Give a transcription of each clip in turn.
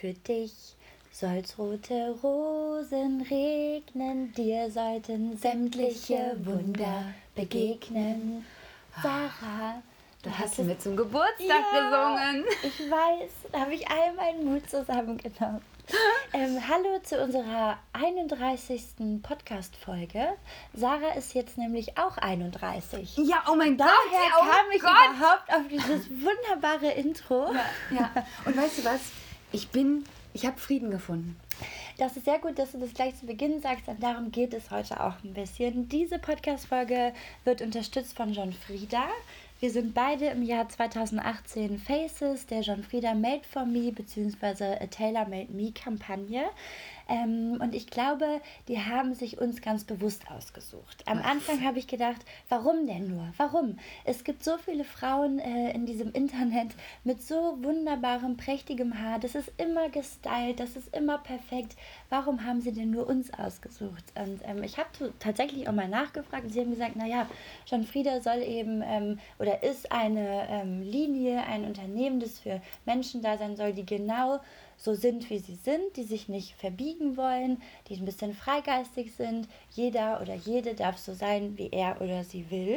Für dich soll's rote Rosen regnen, dir sollten sämtliche Wunder begegnen. Sarah, du hast mir zum Geburtstag gesungen. Ich weiß, da habe ich all meinen Mut zusammengenommen. Hallo zu unserer 31. Podcast-Folge. Sarah ist jetzt nämlich auch 31. Ja, oh mein Gott. Daher kam ich überhaupt auf dieses wunderbare Intro. Ja. Und weißt du was? Ich habe Frieden gefunden. Das ist sehr gut, dass du das gleich zu Beginn sagst, und darum geht es heute auch ein bisschen. Diese Podcast-Folge wird unterstützt von John Frieda. Wir sind beide im Jahr 2018 Faces der John Frieda Made for Me bzw. A Tailor Made Me Kampagne. Und ich glaube, die haben sich uns ganz bewusst ausgesucht. Am Anfang habe ich gedacht, warum denn nur? Warum? Es gibt so viele Frauen in diesem Internet mit so wunderbarem, prächtigem Haar. Das ist immer gestylt, das ist immer perfekt. Warum haben sie denn nur uns ausgesucht? Und ich habe tatsächlich auch mal nachgefragt und sie haben gesagt, naja, John Frieda soll eben oder ist eine Linie, ein Unternehmen, das für Menschen da sein soll, die genau so sind, wie sie sind, die sich nicht verbiegen wollen, die ein bisschen freigeistig sind. Jeder oder jede darf so sein, wie er oder sie will.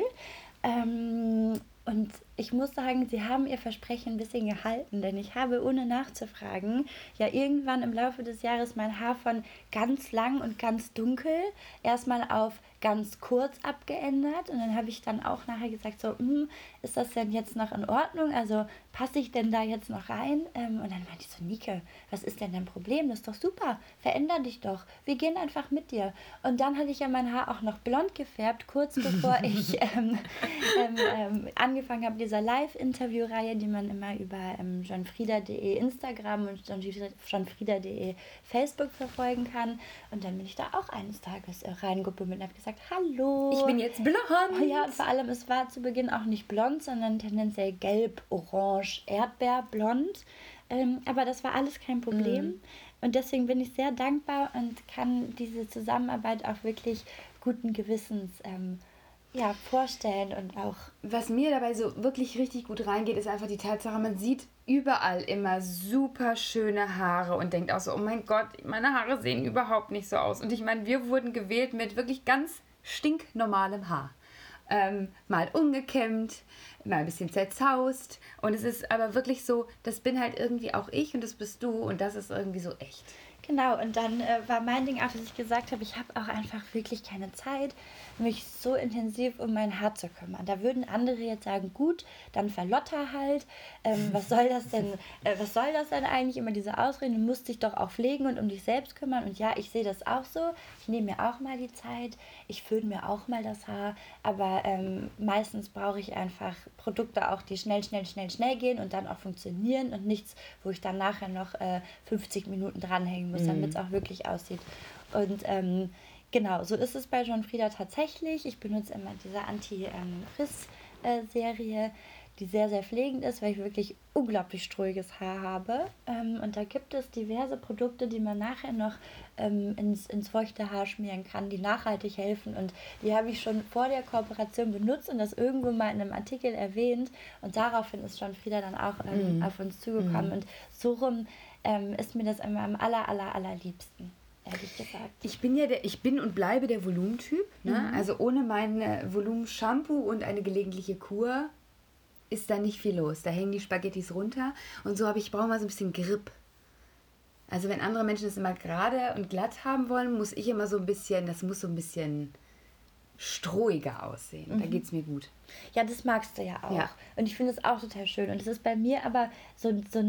Und ich muss sagen, sie haben ihr Versprechen ein bisschen gehalten, denn ich habe, ohne nachzufragen, ja irgendwann im Laufe des Jahres mein Haar von ganz lang und ganz dunkel erstmal auf ganz kurz abgeändert, und dann habe ich dann auch nachher gesagt, so, ist das denn jetzt noch in Ordnung? Also passe ich denn da jetzt noch rein? Und dann meinte ich so, Nike, was ist denn dein Problem? Das ist doch super, veränder dich doch, wir gehen einfach mit dir. Und dann hatte ich ja mein Haar auch noch blond gefärbt, kurz bevor ich angefangen habe, dieser Live-Interview-Reihe, die man immer über johnfrieda.de Instagram und johnfrieda.de Facebook verfolgen kann. Und dann bin ich da auch eines Tages reingebummelt und habe gesagt, hallo. Ich bin jetzt blond. Ja, und vor allem, es war zu Beginn auch nicht blond, sondern tendenziell gelb, orange, erdbeerblond. Aber das war alles kein Problem. Und deswegen bin ich sehr dankbar und kann diese Zusammenarbeit auch wirklich guten Gewissens vorstellen. Und auch, was mir dabei so wirklich richtig gut reingeht, ist einfach die Tatsache, man sieht überall immer super schöne Haare und denkt auch so, oh mein Gott, meine Haare sehen überhaupt nicht so aus. Und ich meine, wir wurden gewählt mit wirklich ganz stinknormalem Haar. Mal ungekämmt, mal ein bisschen zerzaust. Und es ist aber wirklich so, das bin halt irgendwie auch ich und das bist du, und das ist irgendwie so echt. Genau, und dann war mein Ding auch, dass ich gesagt habe, ich habe auch einfach wirklich keine Zeit, mich so intensiv um mein Haar zu kümmern. Da würden andere jetzt sagen, gut, dann verlotter halt. Was soll das denn eigentlich, immer diese Ausreden? Du musst dich doch auch pflegen und um dich selbst kümmern. Und ja, ich sehe das auch so. Ich nehme mir auch mal die Zeit. Ich föhne mir auch mal das Haar. Aber meistens brauche ich einfach Produkte auch, die schnell gehen und dann auch funktionieren und nichts, wo ich dann nachher noch 50 Minuten dranhängen muss, damit es auch wirklich aussieht. Und genau, so ist es bei John Frieda tatsächlich. Ich benutze immer diese Anti-Riss-Serie, die sehr, sehr pflegend ist, weil ich wirklich unglaublich struiges Haar habe. Und da gibt es diverse Produkte, die man nachher noch ins feuchte Haar schmieren kann, die nachhaltig helfen. Und die habe ich schon vor der Kooperation benutzt und das irgendwo mal in einem Artikel erwähnt. Und daraufhin ist John Frieda dann auch auf uns zugekommen. Und so rum ist mir das immer am allerliebsten. Ehrlich gesagt. Ich bin und bleibe der Volumentyp. Ne? Also ohne mein Volumen-Shampoo und eine gelegentliche Kur ist da nicht viel los. Da hängen die Spaghettis runter. Und so ich brauche mal so ein bisschen Grip. Also wenn andere Menschen das immer gerade und glatt haben wollen, muss ich immer das muss so ein bisschen strohiger aussehen. Da geht's mir gut. Ja, das magst du ja auch. Ja. Und ich finde es auch total schön. Und es ist bei mir aber so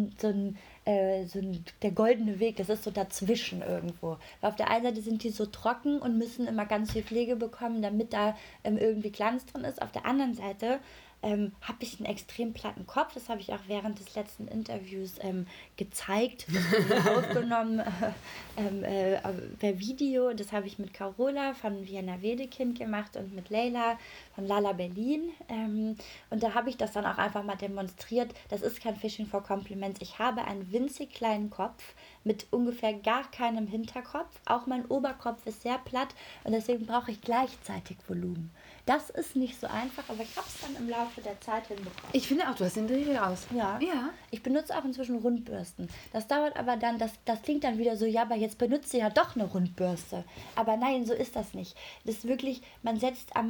der goldene Weg, das ist so dazwischen irgendwo. Weil auf der einen Seite sind die so trocken und müssen immer ganz viel Pflege bekommen, damit da irgendwie Glanz drin ist. Auf der anderen Seite habe ich einen extrem platten Kopf. Das habe ich auch während des letzten Interviews gezeigt, aufgenommen per Video. Das habe ich mit Carola von Vienna Wedekind gemacht und mit Leila von Lala Berlin. Und da habe ich das dann auch einfach mal demonstriert. Das ist kein Fishing for Compliments. Ich habe einen winzig kleinen Kopf mit ungefähr gar keinem Hinterkopf. Auch mein Oberkopf ist sehr platt und deswegen brauche ich gleichzeitig Volumen. Das ist nicht so einfach, aber ich habe es dann im Laufe der Zeit hinbekommen. Ich finde auch, du hast den Dreh raus. Ja. Ja. Ich benutze auch inzwischen Rundbürsten. Das dauert aber dann, das klingt dann wieder so, ja, aber jetzt benutzt sie ja doch eine Rundbürste. Aber nein, so ist das nicht. Das ist wirklich, man setzt am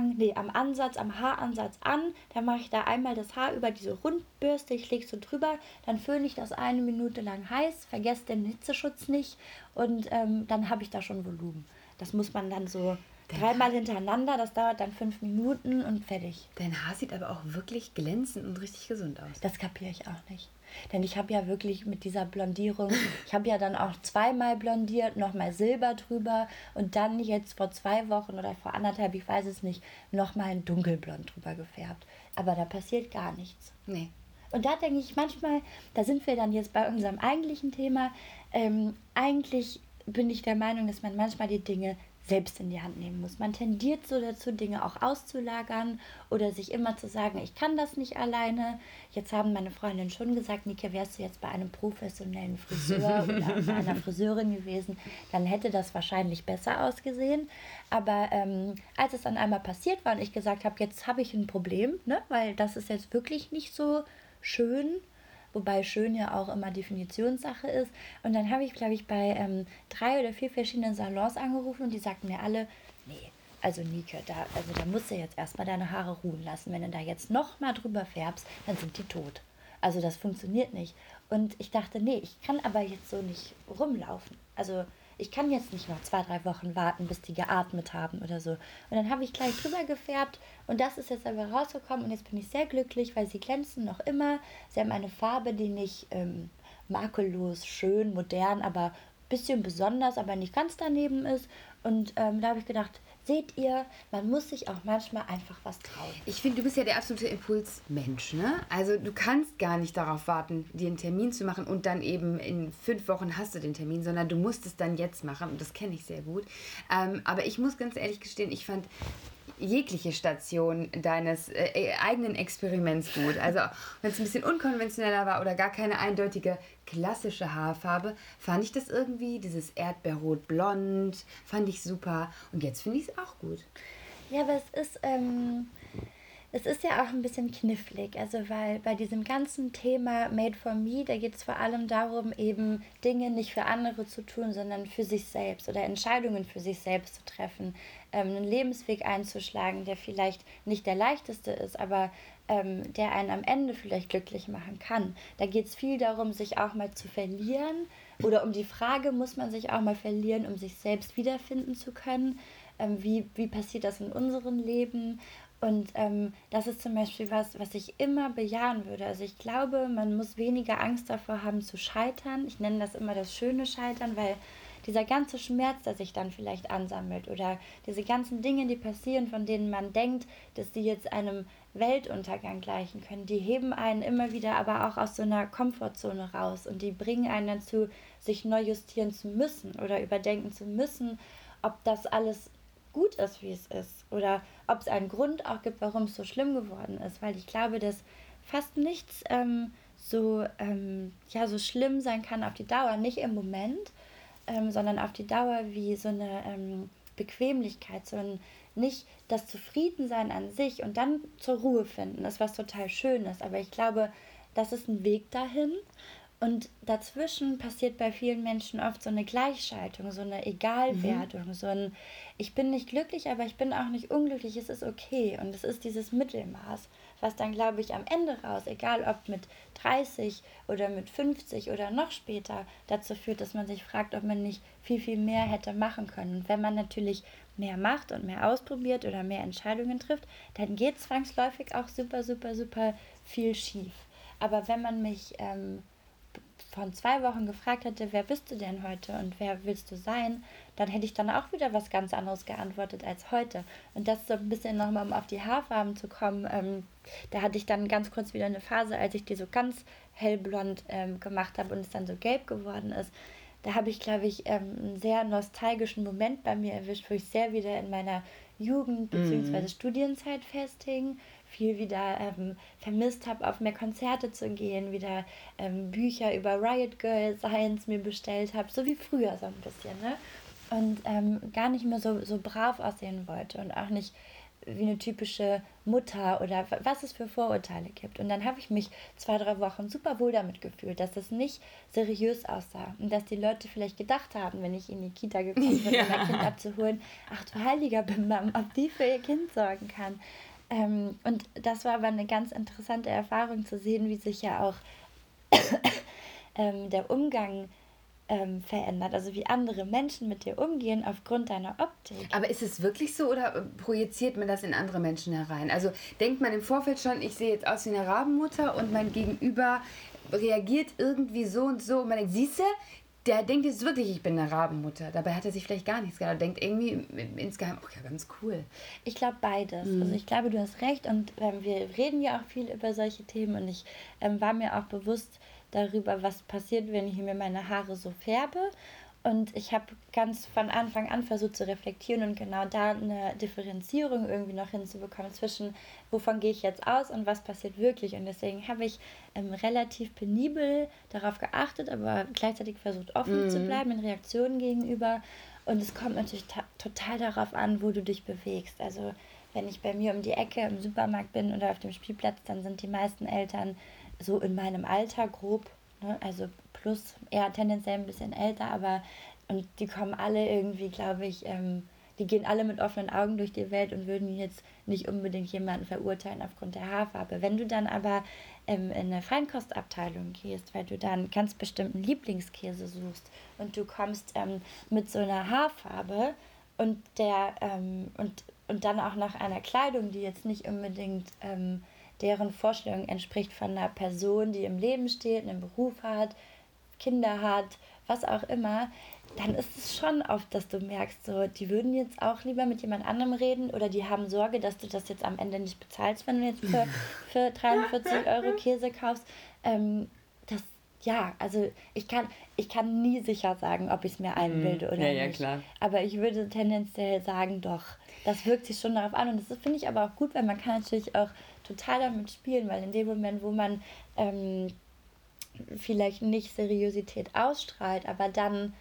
Haaransatz an, dann mache ich da einmal das Haar über diese Rundbürste, ich lege so drüber, dann föhne ich das 1 Minute lang heiß, vergesst den Hitzeschutz nicht und dann habe ich da schon Volumen. Das muss man dann so 3-mal hintereinander, das dauert dann 5 Minuten und fertig. Dein Haar sieht aber auch wirklich glänzend und richtig gesund aus. Das kapiere ich auch nicht. Denn ich habe ja wirklich mit dieser Blondierung, ich habe ja dann auch 2-mal blondiert, nochmal Silber drüber und dann jetzt vor 2 Wochen oder vor 1,5, ich weiß es nicht, nochmal ein dunkelblond drüber gefärbt. Aber da passiert gar nichts. Nee. Und da denke ich manchmal, da sind wir dann jetzt bei unserem eigentlichen Thema, eigentlich bin ich der Meinung, dass man manchmal die Dinge selbst in die Hand nehmen muss. Man tendiert so dazu, Dinge auch auszulagern oder sich immer zu sagen, ich kann das nicht alleine. Jetzt haben meine Freundinnen schon gesagt, Nike, wärst du jetzt bei einem professionellen Friseur oder bei einer Friseurin gewesen, dann hätte das wahrscheinlich besser ausgesehen. Aber als es dann einmal passiert war und ich gesagt habe, jetzt habe ich ein Problem, ne, weil das ist jetzt wirklich nicht so schön, wobei schön ja auch immer Definitionssache ist. Und dann habe ich, glaube ich, bei 3 oder 4 verschiedenen Salons angerufen und die sagten mir alle, nee, also Nike, da musst du jetzt erstmal deine Haare ruhen lassen. Wenn du da jetzt nochmal drüber färbst, dann sind die tot. Also das funktioniert nicht. Und ich dachte, nee, ich kann aber jetzt so nicht rumlaufen. Also ich kann jetzt nicht noch 2-3 Wochen warten, bis die geatmet haben oder so. Und dann habe ich gleich drüber gefärbt und das ist jetzt aber rausgekommen und jetzt bin ich sehr glücklich, weil sie glänzen noch immer. Sie haben eine Farbe, die nicht makellos, schön, modern, aber ein bisschen besonders, aber nicht ganz daneben ist. Und da habe ich gedacht, seht ihr, man muss sich auch manchmal einfach was trauen. Ich finde, du bist ja der absolute Impulsmensch, ne? Also du kannst gar nicht darauf warten, dir einen Termin zu machen und dann eben in 5 Wochen hast du den Termin, sondern du musst es dann jetzt machen und das kenne ich sehr gut. Aber ich muss ganz ehrlich gestehen, ich fand jegliche Station deines eigenen Experiments gut. Also wenn es ein bisschen unkonventioneller war oder gar keine eindeutige klassische Haarfarbe, fand ich das irgendwie, dieses Erdbeerrot-Blond, fand ich super. Und jetzt finde ich es auch gut. Ja, aber es ist ja auch ein bisschen knifflig, also weil bei diesem ganzen Thema Made for Me, da geht es vor allem darum, eben Dinge nicht für andere zu tun, sondern für sich selbst oder Entscheidungen für sich selbst zu treffen, einen Lebensweg einzuschlagen, der vielleicht nicht der leichteste ist, aber der einen am Ende vielleicht glücklich machen kann. Da geht es viel darum, sich auch mal zu verlieren oder um die Frage, muss man sich auch mal verlieren, um sich selbst wiederfinden zu können? Wie passiert das in unserem Leben? Und das ist zum Beispiel was ich immer bejahen würde. Also ich glaube, man muss weniger Angst davor haben zu scheitern. Ich nenne das immer das schöne Scheitern, weil dieser ganze Schmerz, der sich dann vielleicht ansammelt oder diese ganzen Dinge, die passieren, von denen man denkt, dass die jetzt einem Weltuntergang gleichen können, die heben einen immer wieder aber auch aus so einer Komfortzone raus und die bringen einen dazu, sich neu justieren zu müssen oder überdenken zu müssen, ob das alles gut ist, wie es ist oder ob es einen Grund auch gibt, warum es so schlimm geworden ist, weil ich glaube, dass fast nichts so schlimm sein kann auf die Dauer, nicht im Moment, sondern auf die Dauer wie so eine Bequemlichkeit, so ein nicht das Zufriedensein an sich und dann zur Ruhe finden, ist was total Schönes, aber ich glaube, das ist ein Weg dahin. Und dazwischen passiert bei vielen Menschen oft so eine Gleichschaltung, so eine Egalwertung, so ein ich bin nicht glücklich, aber ich bin auch nicht unglücklich, es ist okay. Und es ist dieses Mittelmaß, was dann, glaube ich, am Ende raus, egal ob mit 30 oder mit 50 oder noch später, dazu führt, dass man sich fragt, ob man nicht viel, viel mehr hätte machen können. Und wenn man natürlich mehr macht und mehr ausprobiert oder mehr Entscheidungen trifft, dann geht zwangsläufig auch super, super, super viel schief. Aber wenn man mich von 2 Wochen gefragt hätte, wer bist du denn heute und wer willst du sein, dann hätte ich dann auch wieder was ganz anderes geantwortet als heute. Und das so ein bisschen nochmal, um auf die Haarfarben zu kommen, da hatte ich dann ganz kurz wieder eine Phase, als ich die so ganz hellblond gemacht habe und es dann so gelb geworden ist. Da habe ich, glaube ich, einen sehr nostalgischen Moment bei mir erwischt, wo ich sehr wieder in meiner Jugend- bzw. Studienzeit festhing, viel wieder vermisst habe, auf mehr Konzerte zu gehen, wieder Bücher über Riot Girl Science mir bestellt habe, so wie früher so ein bisschen, ne? Und gar nicht mehr so brav aussehen wollte und auch nicht wie eine typische Mutter oder was es für Vorurteile gibt. Und dann habe ich mich 2, 3 Wochen super wohl damit gefühlt, dass das nicht seriös aussah und dass die Leute vielleicht gedacht haben, wenn ich in die Kita gekommen bin, um mein Kind abzuholen, ach du heiliger Bimbam, ob die für ihr Kind sorgen kann. Und das war aber eine ganz interessante Erfahrung zu sehen, wie sich ja auch der Umgang verändert, also wie andere Menschen mit dir umgehen aufgrund deiner Optik. Aber ist es wirklich so oder projiziert man das in andere Menschen herein? Also denkt man im Vorfeld schon, ich sehe jetzt aus wie eine Rabenmutter und mein Gegenüber reagiert irgendwie so und so und man denkt, siehste, der denkt jetzt wirklich, ich bin eine Rabenmutter. Dabei hat er sich vielleicht gar nichts gedacht. Er denkt irgendwie insgeheim, okay, ganz cool. Ich glaube beides. Also ich glaube, du hast recht und wir reden ja auch viel über solche Themen und ich war mir auch bewusst darüber, was passiert, wenn ich mir meine Haare so färbe. Und ich habe ganz von Anfang an versucht zu reflektieren und genau da eine Differenzierung irgendwie noch hinzubekommen zwischen, wovon gehe ich jetzt aus und was passiert wirklich. Und deswegen habe ich relativ penibel darauf geachtet, aber gleichzeitig versucht, offen zu bleiben in Reaktionen gegenüber. Und es kommt natürlich total darauf an, wo du dich bewegst. Also wenn ich bei mir um die Ecke im Supermarkt bin oder auf dem Spielplatz, dann sind die meisten Eltern so in meinem Alter grob, ne? Also plus eher tendenziell ein bisschen älter, aber und die kommen alle irgendwie, glaube ich, die gehen alle mit offenen Augen durch die Welt und würden jetzt nicht unbedingt jemanden verurteilen aufgrund der Haarfarbe. Wenn du dann aber in eine Feinkostabteilung gehst, weil du dann ganz bestimmten Lieblingskäse suchst und du kommst mit so einer Haarfarbe und und dann auch nach einer Kleidung, die jetzt nicht unbedingt deren Vorstellung entspricht von einer Person, die im Leben steht, einen Beruf hat, Kinder hat, was auch immer, dann ist es schon oft, dass du merkst, so, die würden jetzt auch lieber mit jemand anderem reden oder die haben Sorge, dass du das jetzt am Ende nicht bezahlst, wenn du jetzt für 43 Euro Käse kaufst. Das, ja, also ich kann nie sicher sagen, ob ich es mir einbilde oder ja, nicht. Klar. Aber ich würde tendenziell sagen, doch, das wirkt sich schon darauf an. Und das finde ich aber auch gut, weil man kann natürlich auch total damit spielen, weil in dem Moment, wo man vielleicht nicht Seriosität ausstrahlt, aber dann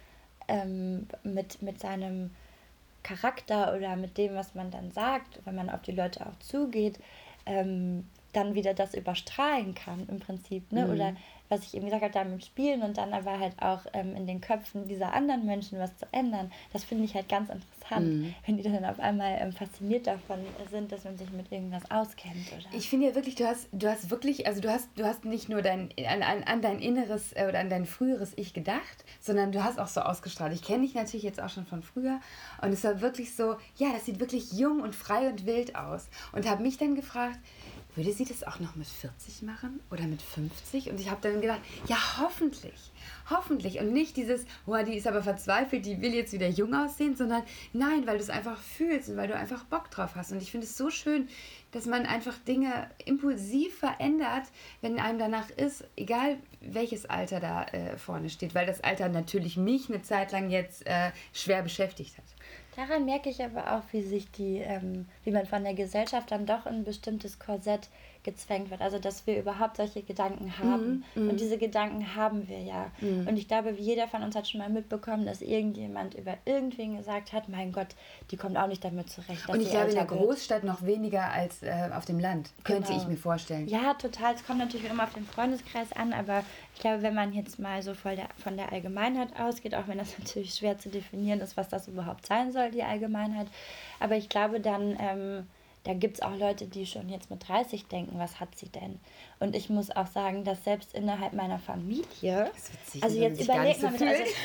mit seinem Charakter oder mit dem, was man dann sagt, wenn man auf die Leute auch zugeht, dann wieder das überstrahlen kann im Prinzip, ne? Oder was ich eben gesagt habe, damit spielen und dann aber halt auch in den Köpfen dieser anderen Menschen was zu ändern, das finde ich halt ganz interessant, wenn die dann auf einmal fasziniert davon sind, dass man sich mit irgendwas auskennt. Oder? Ich finde ja wirklich, du hast wirklich, also du hast nicht nur an dein inneres oder an dein früheres Ich gedacht, sondern du hast auch so ausgestrahlt. Ich kenne dich natürlich jetzt auch schon von früher und es war wirklich so, ja, das sieht wirklich jung und frei und wild aus und habe mich dann gefragt, würde sie das auch noch mit 40 machen oder mit 50? Und ich habe dann gedacht, ja, hoffentlich. Und nicht dieses, oh, die ist aber verzweifelt, die will jetzt wieder jung aussehen, sondern nein, weil du es einfach fühlst und weil du einfach Bock drauf hast. Und ich finde es so schön, dass man einfach Dinge impulsiv verändert, wenn einem danach ist, egal welches Alter da vorne steht, weil das Alter natürlich mich eine Zeit lang jetzt schwer beschäftigt hat. Daran merke ich aber auch, wie man von der Gesellschaft dann doch in ein bestimmtes Korsett gezwängt wird. Also, dass wir überhaupt solche Gedanken haben. Und diese Gedanken haben wir ja. Und ich glaube, jeder von uns hat schon mal mitbekommen, dass irgendjemand über irgendwen gesagt hat, mein Gott, die kommt auch nicht damit zurecht. Und ich glaube, in der Großstadt noch weniger als auf dem Land, könnte ich mir vorstellen. Ja, total. Es kommt natürlich immer auf den Freundeskreis an, aber ich glaube, wenn man jetzt mal so von der Allgemeinheit ausgeht, auch wenn das natürlich schwer zu definieren ist, was das überhaupt sein soll, die Allgemeinheit, aber ich glaube dann, da gibt es auch Leute, die schon jetzt mit 30 denken, was hat sie denn? Und ich muss auch sagen, dass selbst innerhalb meiner Familie, also jetzt überleg mal, also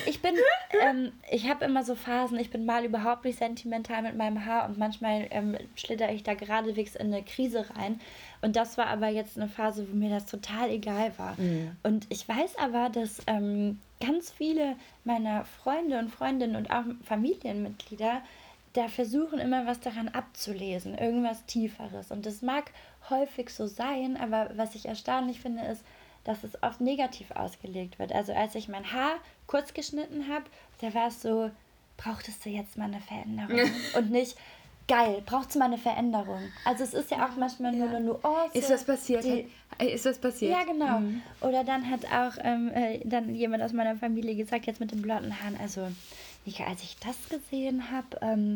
ich habe immer so Phasen, ich bin mal überhaupt nicht sentimental mit meinem Haar und manchmal schlitter ich da geradewegs in eine Krise rein. Und das war aber jetzt eine Phase, wo mir das total egal war. Und ich weiß aber, dass ganz viele meiner Freunde und Freundinnen und auch Familienmitglieder da versuchen immer was daran abzulesen, irgendwas Tieferes. Und das mag häufig so sein, aber was ich erstaunlich finde, ist, dass es oft negativ ausgelegt wird. Also als ich mein Haar kurz geschnitten habe, da war es so, brauchtest du jetzt mal eine Veränderung? Und nicht, geil, braucht es mal eine Veränderung? Also es ist ja auch manchmal nur eine Nuance. Ist was passiert? Ist was passiert? Ja, genau. Oder dann hat auch dann jemand aus meiner Familie gesagt, jetzt mit den blonden Haaren, also Nika, als ich das gesehen habe,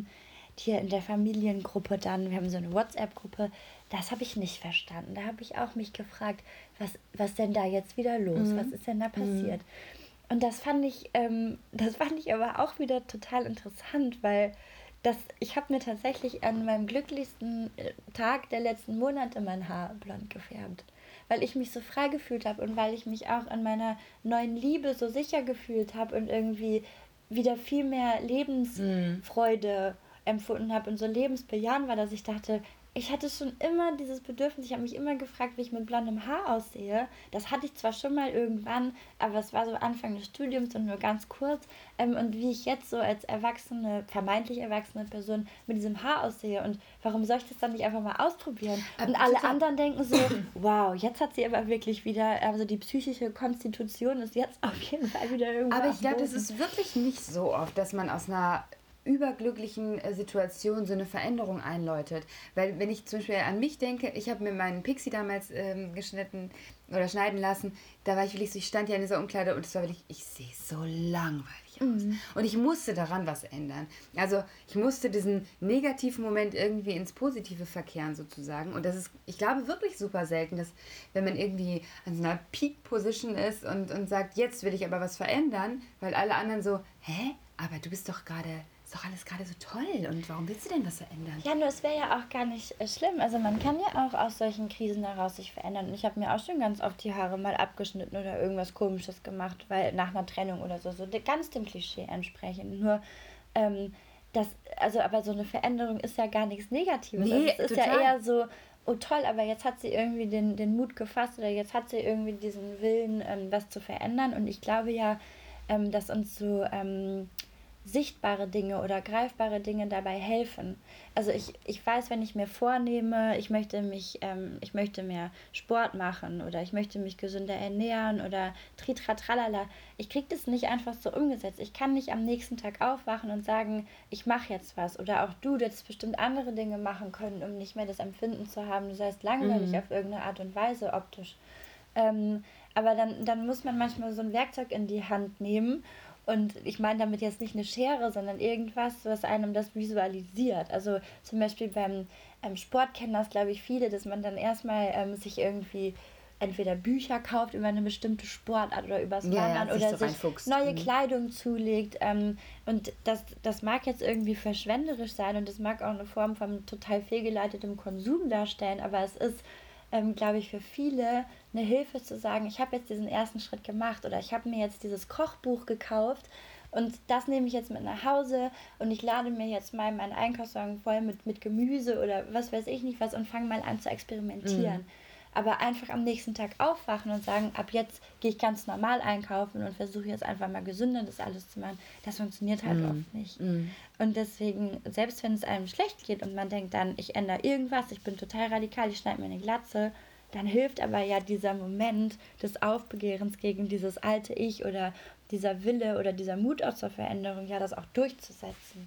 hier in der Familiengruppe dann, wir haben so eine WhatsApp-Gruppe, das habe ich nicht verstanden. Da habe ich auch mich gefragt, was denn da jetzt wieder los? Was ist denn da passiert? Und das fand ich aber auch wieder total interessant, weil ich habe mir tatsächlich an meinem glücklichsten Tag der letzten Monate mein Haar blond gefärbt. Weil ich mich so frei gefühlt habe und weil ich mich auch an meiner neuen Liebe so sicher gefühlt habe und irgendwie wieder viel mehr Lebensfreude empfunden habe und so lebensbejahend war, dass ich dachte, ich hatte schon immer dieses Bedürfnis, ich habe mich immer gefragt, wie ich mit blondem Haar aussehe. Das hatte ich zwar schon mal irgendwann, aber es war so Anfang des Studiums und nur ganz kurz. Und wie ich jetzt so als erwachsene, vermeintlich erwachsene Person mit diesem Haar aussehe und warum soll ich das dann nicht einfach mal ausprobieren? Und alle anderen denken so, wow, jetzt hat sie aber wirklich wieder, also die psychische Konstitution ist jetzt auf jeden Fall wieder irgendwo. Aber ich glaube, das ist wirklich nicht so oft, dass man aus einer überglücklichen Situation so eine Veränderung einläutet. Weil wenn ich zum Beispiel an mich denke, ich habe mir meinen Pixie damals geschnitten oder schneiden lassen, da war ich wirklich so, ich stand ja in dieser Umkleide und es war wirklich, ich sehe so langweilig aus. Und ich musste daran was ändern. Also ich musste diesen negativen Moment irgendwie ins Positive verkehren sozusagen. Und das ist, ich glaube, wirklich super selten, dass wenn man irgendwie an so einer Peak-Position ist und sagt, jetzt will ich aber was verändern, weil alle anderen so, hä? Aber du bist doch gerade, ist doch alles gerade so toll und warum willst du denn was verändern? Ja, nur es wäre ja auch gar nicht schlimm. Also man kann ja auch aus solchen Krisen heraus sich verändern. Und ich habe mir auch schon ganz oft die Haare mal abgeschnitten oder irgendwas Komisches gemacht, weil nach einer Trennung oder so ganz dem Klischee entsprechend. Nur aber so eine Veränderung ist ja gar nichts Negatives. Nee, also es ist total. ja eher so, oh toll, aber jetzt hat sie irgendwie den Mut gefasst oder jetzt hat sie irgendwie diesen Willen, was zu verändern. Und ich glaube ja, dass uns so sichtbare Dinge oder greifbare Dinge dabei helfen. Also ich weiß, wenn ich mir vornehme, ich möchte mehr Sport machen oder ich möchte mich gesünder ernähren oder tralala, ich kriege das nicht einfach so umgesetzt. Ich kann nicht am nächsten Tag aufwachen und sagen, ich mache jetzt was. Oder auch du hättest bestimmt andere Dinge machen können, um nicht mehr das Empfinden zu haben, du seist langweilig auf irgendeine Art und Weise optisch. Aber dann muss man manchmal so ein Werkzeug in die Hand nehmen. Und ich meine damit jetzt nicht eine Schere, sondern irgendwas, was einem das visualisiert. Also zum Beispiel beim Sport kennen das, glaube ich, viele, dass man dann erstmal sich irgendwie entweder Bücher kauft über eine bestimmte Sportart oder übers Wandern oder sich neue Kleidung zulegt. Und das mag jetzt irgendwie verschwenderisch sein und das mag auch eine Form von total fehlgeleitetem Konsum darstellen, aber es ist glaube ich, für viele eine Hilfe zu sagen, ich habe jetzt diesen ersten Schritt gemacht oder ich habe mir jetzt dieses Kochbuch gekauft und das nehme ich jetzt mit nach Hause und ich lade mir jetzt mal meinen Einkaufswagen voll mit Gemüse oder was weiß ich nicht was und fange mal an zu experimentieren. Aber einfach am nächsten Tag aufwachen und sagen, ab jetzt gehe ich ganz normal einkaufen und versuche jetzt einfach mal gesünder das alles zu machen, das funktioniert halt oft nicht. Und deswegen, selbst wenn es einem schlecht geht und man denkt dann, ich ändere irgendwas, ich bin total radikal, ich schneide mir eine Glatze, dann hilft aber ja dieser Moment des Aufbegehrens gegen dieses alte Ich oder dieser Wille oder dieser Mut auch zur Veränderung, ja, das auch durchzusetzen.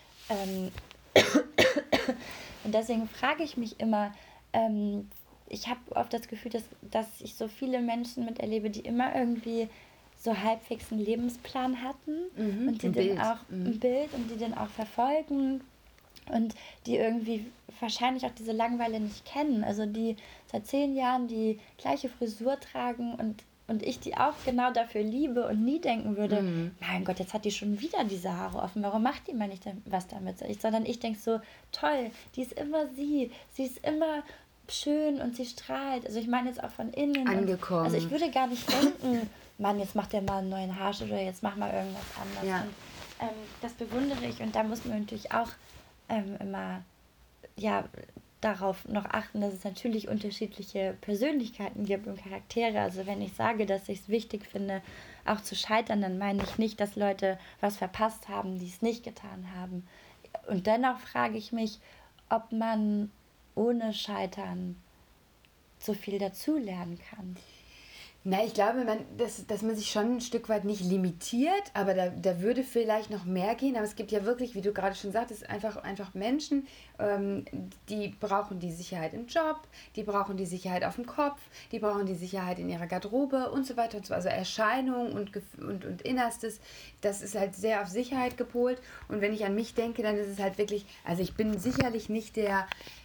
Und deswegen frage ich mich immer, ich habe oft das Gefühl, dass ich so viele Menschen miterlebe, die immer irgendwie so halbwegs einen Lebensplan hatten und die dann auch ein Bild und die dann auch verfolgen und die irgendwie wahrscheinlich auch diese Langeweile nicht kennen. Also die seit 10 Jahren die gleiche Frisur tragen und ich die auch genau dafür liebe und nie denken würde, mein Gott, jetzt hat die schon wieder diese Haare offen, warum macht die mal nicht was damit? Sondern ich denke so, toll, die ist immer sie ist immer schön und sie strahlt. Also ich meine jetzt auch von innen. Angekommen. Also ich würde gar nicht denken, Mann, jetzt macht der mal einen neuen Haarschnitt oder jetzt mach mal irgendwas anderes. Ja. Und das bewundere ich und da muss man natürlich auch immer darauf noch achten, dass es natürlich unterschiedliche Persönlichkeiten gibt und Charaktere. Also wenn ich sage, dass ich es wichtig finde, auch zu scheitern, dann meine ich nicht, dass Leute was verpasst haben, die es nicht getan haben. Und dennoch frage ich mich, ob man ohne Scheitern so viel dazulernen kann. Na, ich glaube, dass man sich schon ein Stück weit nicht limitiert, aber da würde vielleicht noch mehr gehen. Aber es gibt ja wirklich, wie du gerade schon sagtest, einfach Menschen, die brauchen die Sicherheit im Job, die brauchen die Sicherheit auf dem Kopf, die brauchen die Sicherheit in ihrer Garderobe und so weiter und so. Also Erscheinung und Innerstes, das ist halt sehr auf Sicherheit gepolt. Und wenn ich an mich denke, dann ist es halt wirklich, also ich bin sicherlich nicht der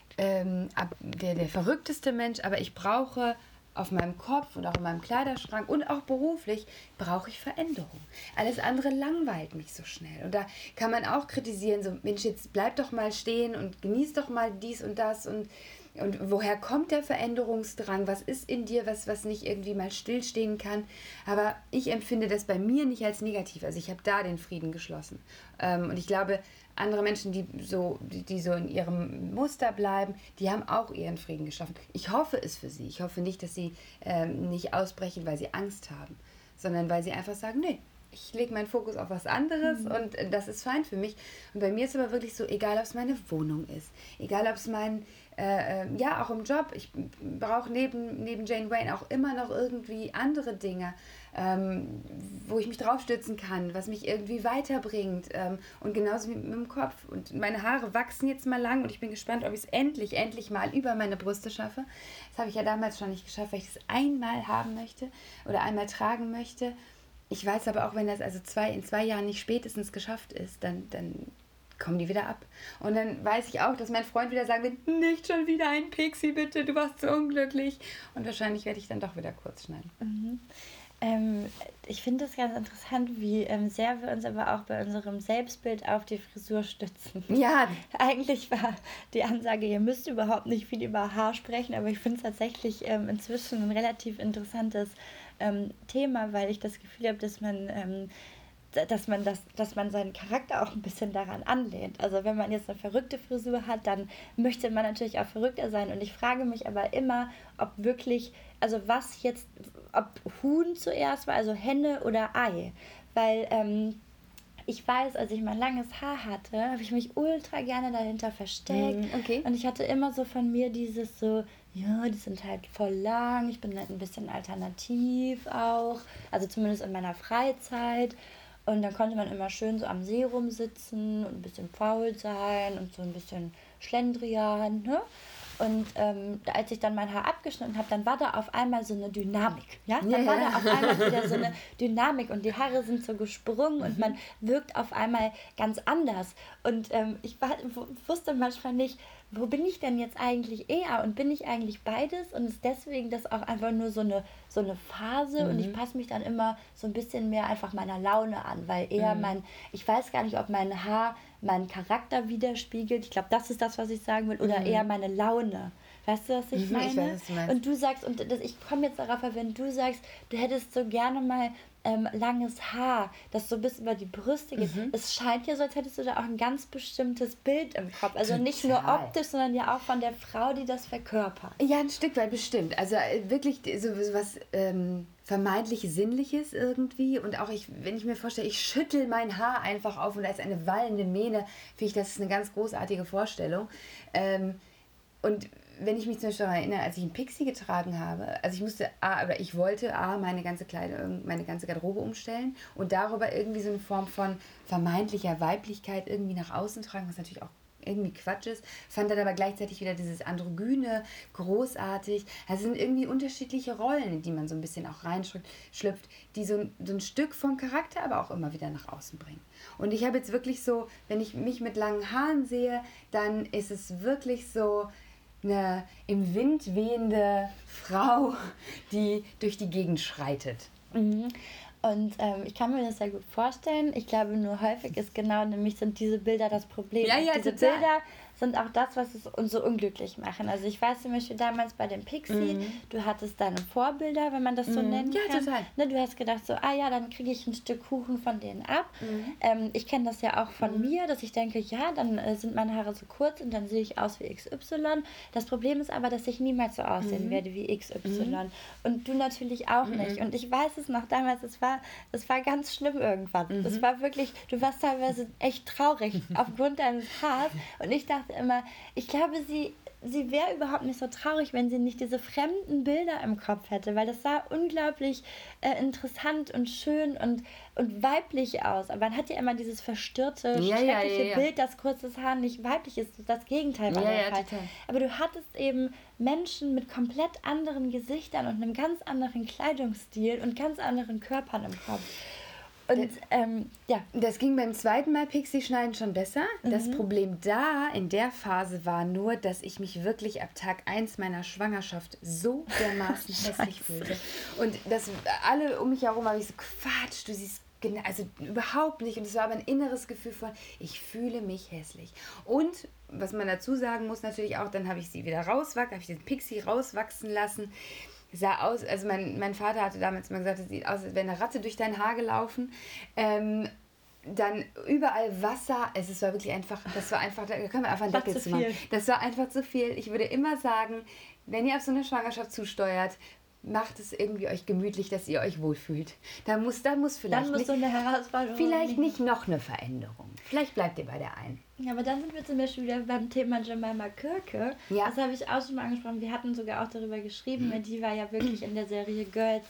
verrückteste Mensch, aber ich brauche auf meinem Kopf und auch in meinem Kleiderschrank und auch beruflich brauche ich Veränderung. Alles andere langweilt mich so schnell. Und da kann man auch kritisieren, so Mensch, jetzt bleib doch mal stehen und genieß doch mal dies und das und woher kommt der Veränderungsdrang? Was ist in dir, was nicht irgendwie mal stillstehen kann? Aber ich empfinde das bei mir nicht als negativ. Also ich habe da den Frieden geschlossen. Und ich glaube, andere Menschen, die so in ihrem Muster bleiben, die haben auch ihren Frieden geschaffen. Ich hoffe es für sie. Ich hoffe nicht, dass sie nicht ausbrechen, weil sie Angst haben, sondern weil sie einfach sagen, nee, ich lege meinen Fokus auf was anderes und das ist fein für mich. Und bei mir ist aber wirklich so, egal ob es meine Wohnung ist, egal ob es auch im Job, ich brauche neben Jane Wayne auch immer noch irgendwie andere Dinge, wo ich mich draufstützen kann, was mich irgendwie weiterbringt und genauso wie mit dem Kopf. Und meine Haare wachsen jetzt mal lang und ich bin gespannt, ob ich es endlich mal über meine Brüste schaffe. Das habe ich ja damals schon nicht geschafft, weil ich es einmal haben möchte oder einmal tragen möchte. Ich weiß aber auch, wenn das also in 2 Jahren nicht spätestens geschafft ist, dann kommen die wieder ab. Und dann weiß ich auch, dass mein Freund wieder sagen wird, nicht schon wieder ein Pixie, bitte, du warst so unglücklich. Und wahrscheinlich werde ich dann doch wieder kurz schneiden. Mhm. Ich finde es ganz interessant, wie sehr wir uns aber auch bei unserem Selbstbild auf die Frisur stützen. Ja. Eigentlich war die Ansage, ihr müsst überhaupt nicht viel über Haar sprechen, aber ich finde es tatsächlich inzwischen ein relativ interessantes Thema, weil ich das Gefühl habe, dass man seinen Charakter auch ein bisschen daran anlehnt. Also wenn man jetzt eine verrückte Frisur hat, dann möchte man natürlich auch verrückter sein. Und ich frage mich aber immer, ob wirklich, also ob Huhn zuerst war, also Henne oder Ei. Weil ich weiß, als ich mein langes Haar hatte, habe ich mich ultra gerne dahinter versteckt. Okay. Und ich hatte immer so von mir dieses so, ja, die sind halt voll lang, ich bin halt ein bisschen alternativ auch, also zumindest in meiner Freizeit. Und dann konnte man immer schön so am See rumsitzen und ein bisschen faul sein und so ein bisschen Schlendrian, ne? Und als ich dann mein Haar abgeschnitten habe, dann war da auf einmal so eine Dynamik. Ja? Dann war da auf einmal wieder so eine Dynamik und die Haare sind so gesprungen und man wirkt auf einmal ganz anders. Und ich wusste manchmal nicht, wo bin ich denn jetzt eigentlich eher und bin ich eigentlich beides und ist deswegen das auch einfach nur so eine Phase und ich passe mich dann immer so ein bisschen mehr einfach meiner Laune an, weil eher ich weiß gar nicht, ob mein Haar meinen Charakter widerspiegelt. Ich glaube, das ist das, was ich sagen will, oder eher meine Laune. Weißt du, was ich meine? Ich weiß, was du meinst. Und du sagst, ich komme jetzt darauf, wenn du sagst, du hättest so gerne mal langes Haar, das so bis über die Brüste geht. Es scheint ja so, als hättest du da auch ein ganz bestimmtes Bild im Kopf. Also nicht nur optisch, sondern ja auch von der Frau, die das verkörpert. Ja, ein Stück weit bestimmt. Also wirklich so was vermeintlich Sinnliches irgendwie. Und auch wenn ich mir vorstelle, ich schüttel mein Haar einfach auf und da ist eine wallende Mähne, finde ich, das ist eine ganz großartige Vorstellung. Und wenn ich mich zum Beispiel daran erinnere, als ich einen Pixie getragen habe, also ich wollte meine ganze Kleidung, meine ganze Garderobe umstellen und darüber irgendwie so eine Form von vermeintlicher Weiblichkeit irgendwie nach außen tragen, was natürlich auch irgendwie Quatsch ist, fand dann aber gleichzeitig wieder dieses Androgyne großartig. Also sind irgendwie unterschiedliche Rollen, in die man so ein bisschen auch reinschlüpft, die so ein Stück vom Charakter aber auch immer wieder nach außen bringen. Und ich habe jetzt wirklich so, wenn ich mich mit langen Haaren sehe, dann ist es wirklich so eine im Wind wehende Frau, die durch die Gegend schreitet. Mhm. Und ich kann mir das sehr gut vorstellen. Ich glaube, nur häufig sind diese Bilder das Problem. Ja, diese total. Bilder sind auch das, was es uns so unglücklich machen. Also ich weiß zum Beispiel damals bei dem Pixie, du hattest deine Vorbilder, wenn man das so nennen kann. Ja, total. Ne, du hast gedacht so, dann kriege ich ein Stück Kuchen von denen ab. Ich kenne das ja auch von mir, dass ich denke, ja, dann sind meine Haare so kurz und dann sehe ich aus wie XY. Das Problem ist aber, dass ich niemals so aussehen werde wie XY. Und du natürlich auch nicht. Und ich weiß es noch damals, es war ganz schlimm irgendwann. Es war wirklich, du warst teilweise echt traurig aufgrund deines Haars. Und ich dachte immer, ich glaube, sie sie wäre überhaupt nicht so traurig, wenn sie nicht diese fremden Bilder im Kopf hätte, weil das sah unglaublich interessant und schön und weiblich aus. Aber man hat ja immer dieses verstörte, schreckliche Bild, dass kurzes Haar nicht weiblich ist. Das Gegenteil war der Fall. Total. Aber du hattest eben Menschen mit komplett anderen Gesichtern und einem ganz anderen Kleidungsstil und ganz anderen Körpern im Kopf. Und das ging beim zweiten Mal Pixie-Schneiden schon besser. Das Problem da in der Phase war nur, dass ich mich wirklich ab Tag 1 meiner Schwangerschaft so dermaßen hässlich fühlte. Und das alle um mich herum habe ich so, Quatsch, du siehst also überhaupt nicht. Und es war aber ein inneres Gefühl von, ich fühle mich hässlich. Und was man dazu sagen muss natürlich auch, dann habe ich sie wieder habe ich den Pixie rauswachsen lassen. Sah aus, also mein Vater hatte damals mal gesagt, es sieht aus, als wäre eine Ratte durch dein Haar gelaufen. Dann überall Wasser. Es war wirklich einfach, da können wir einfach einen Deckel zu machen. Das war einfach zu viel. Ich würde immer sagen, wenn ihr auf so eine Schwangerschaft zusteuert, macht es irgendwie euch gemütlich, dass ihr euch wohlfühlt. Da muss vielleicht so eine Herausforderung vielleicht nicht noch eine Veränderung. Vielleicht bleibt ihr bei der einen. Ja, aber dann sind wir zum Beispiel wieder beim Thema Jemima Kirke. Ja. Das habe ich auch schon mal angesprochen. Wir hatten sogar auch darüber geschrieben, weil die war ja wirklich in der Serie Girls,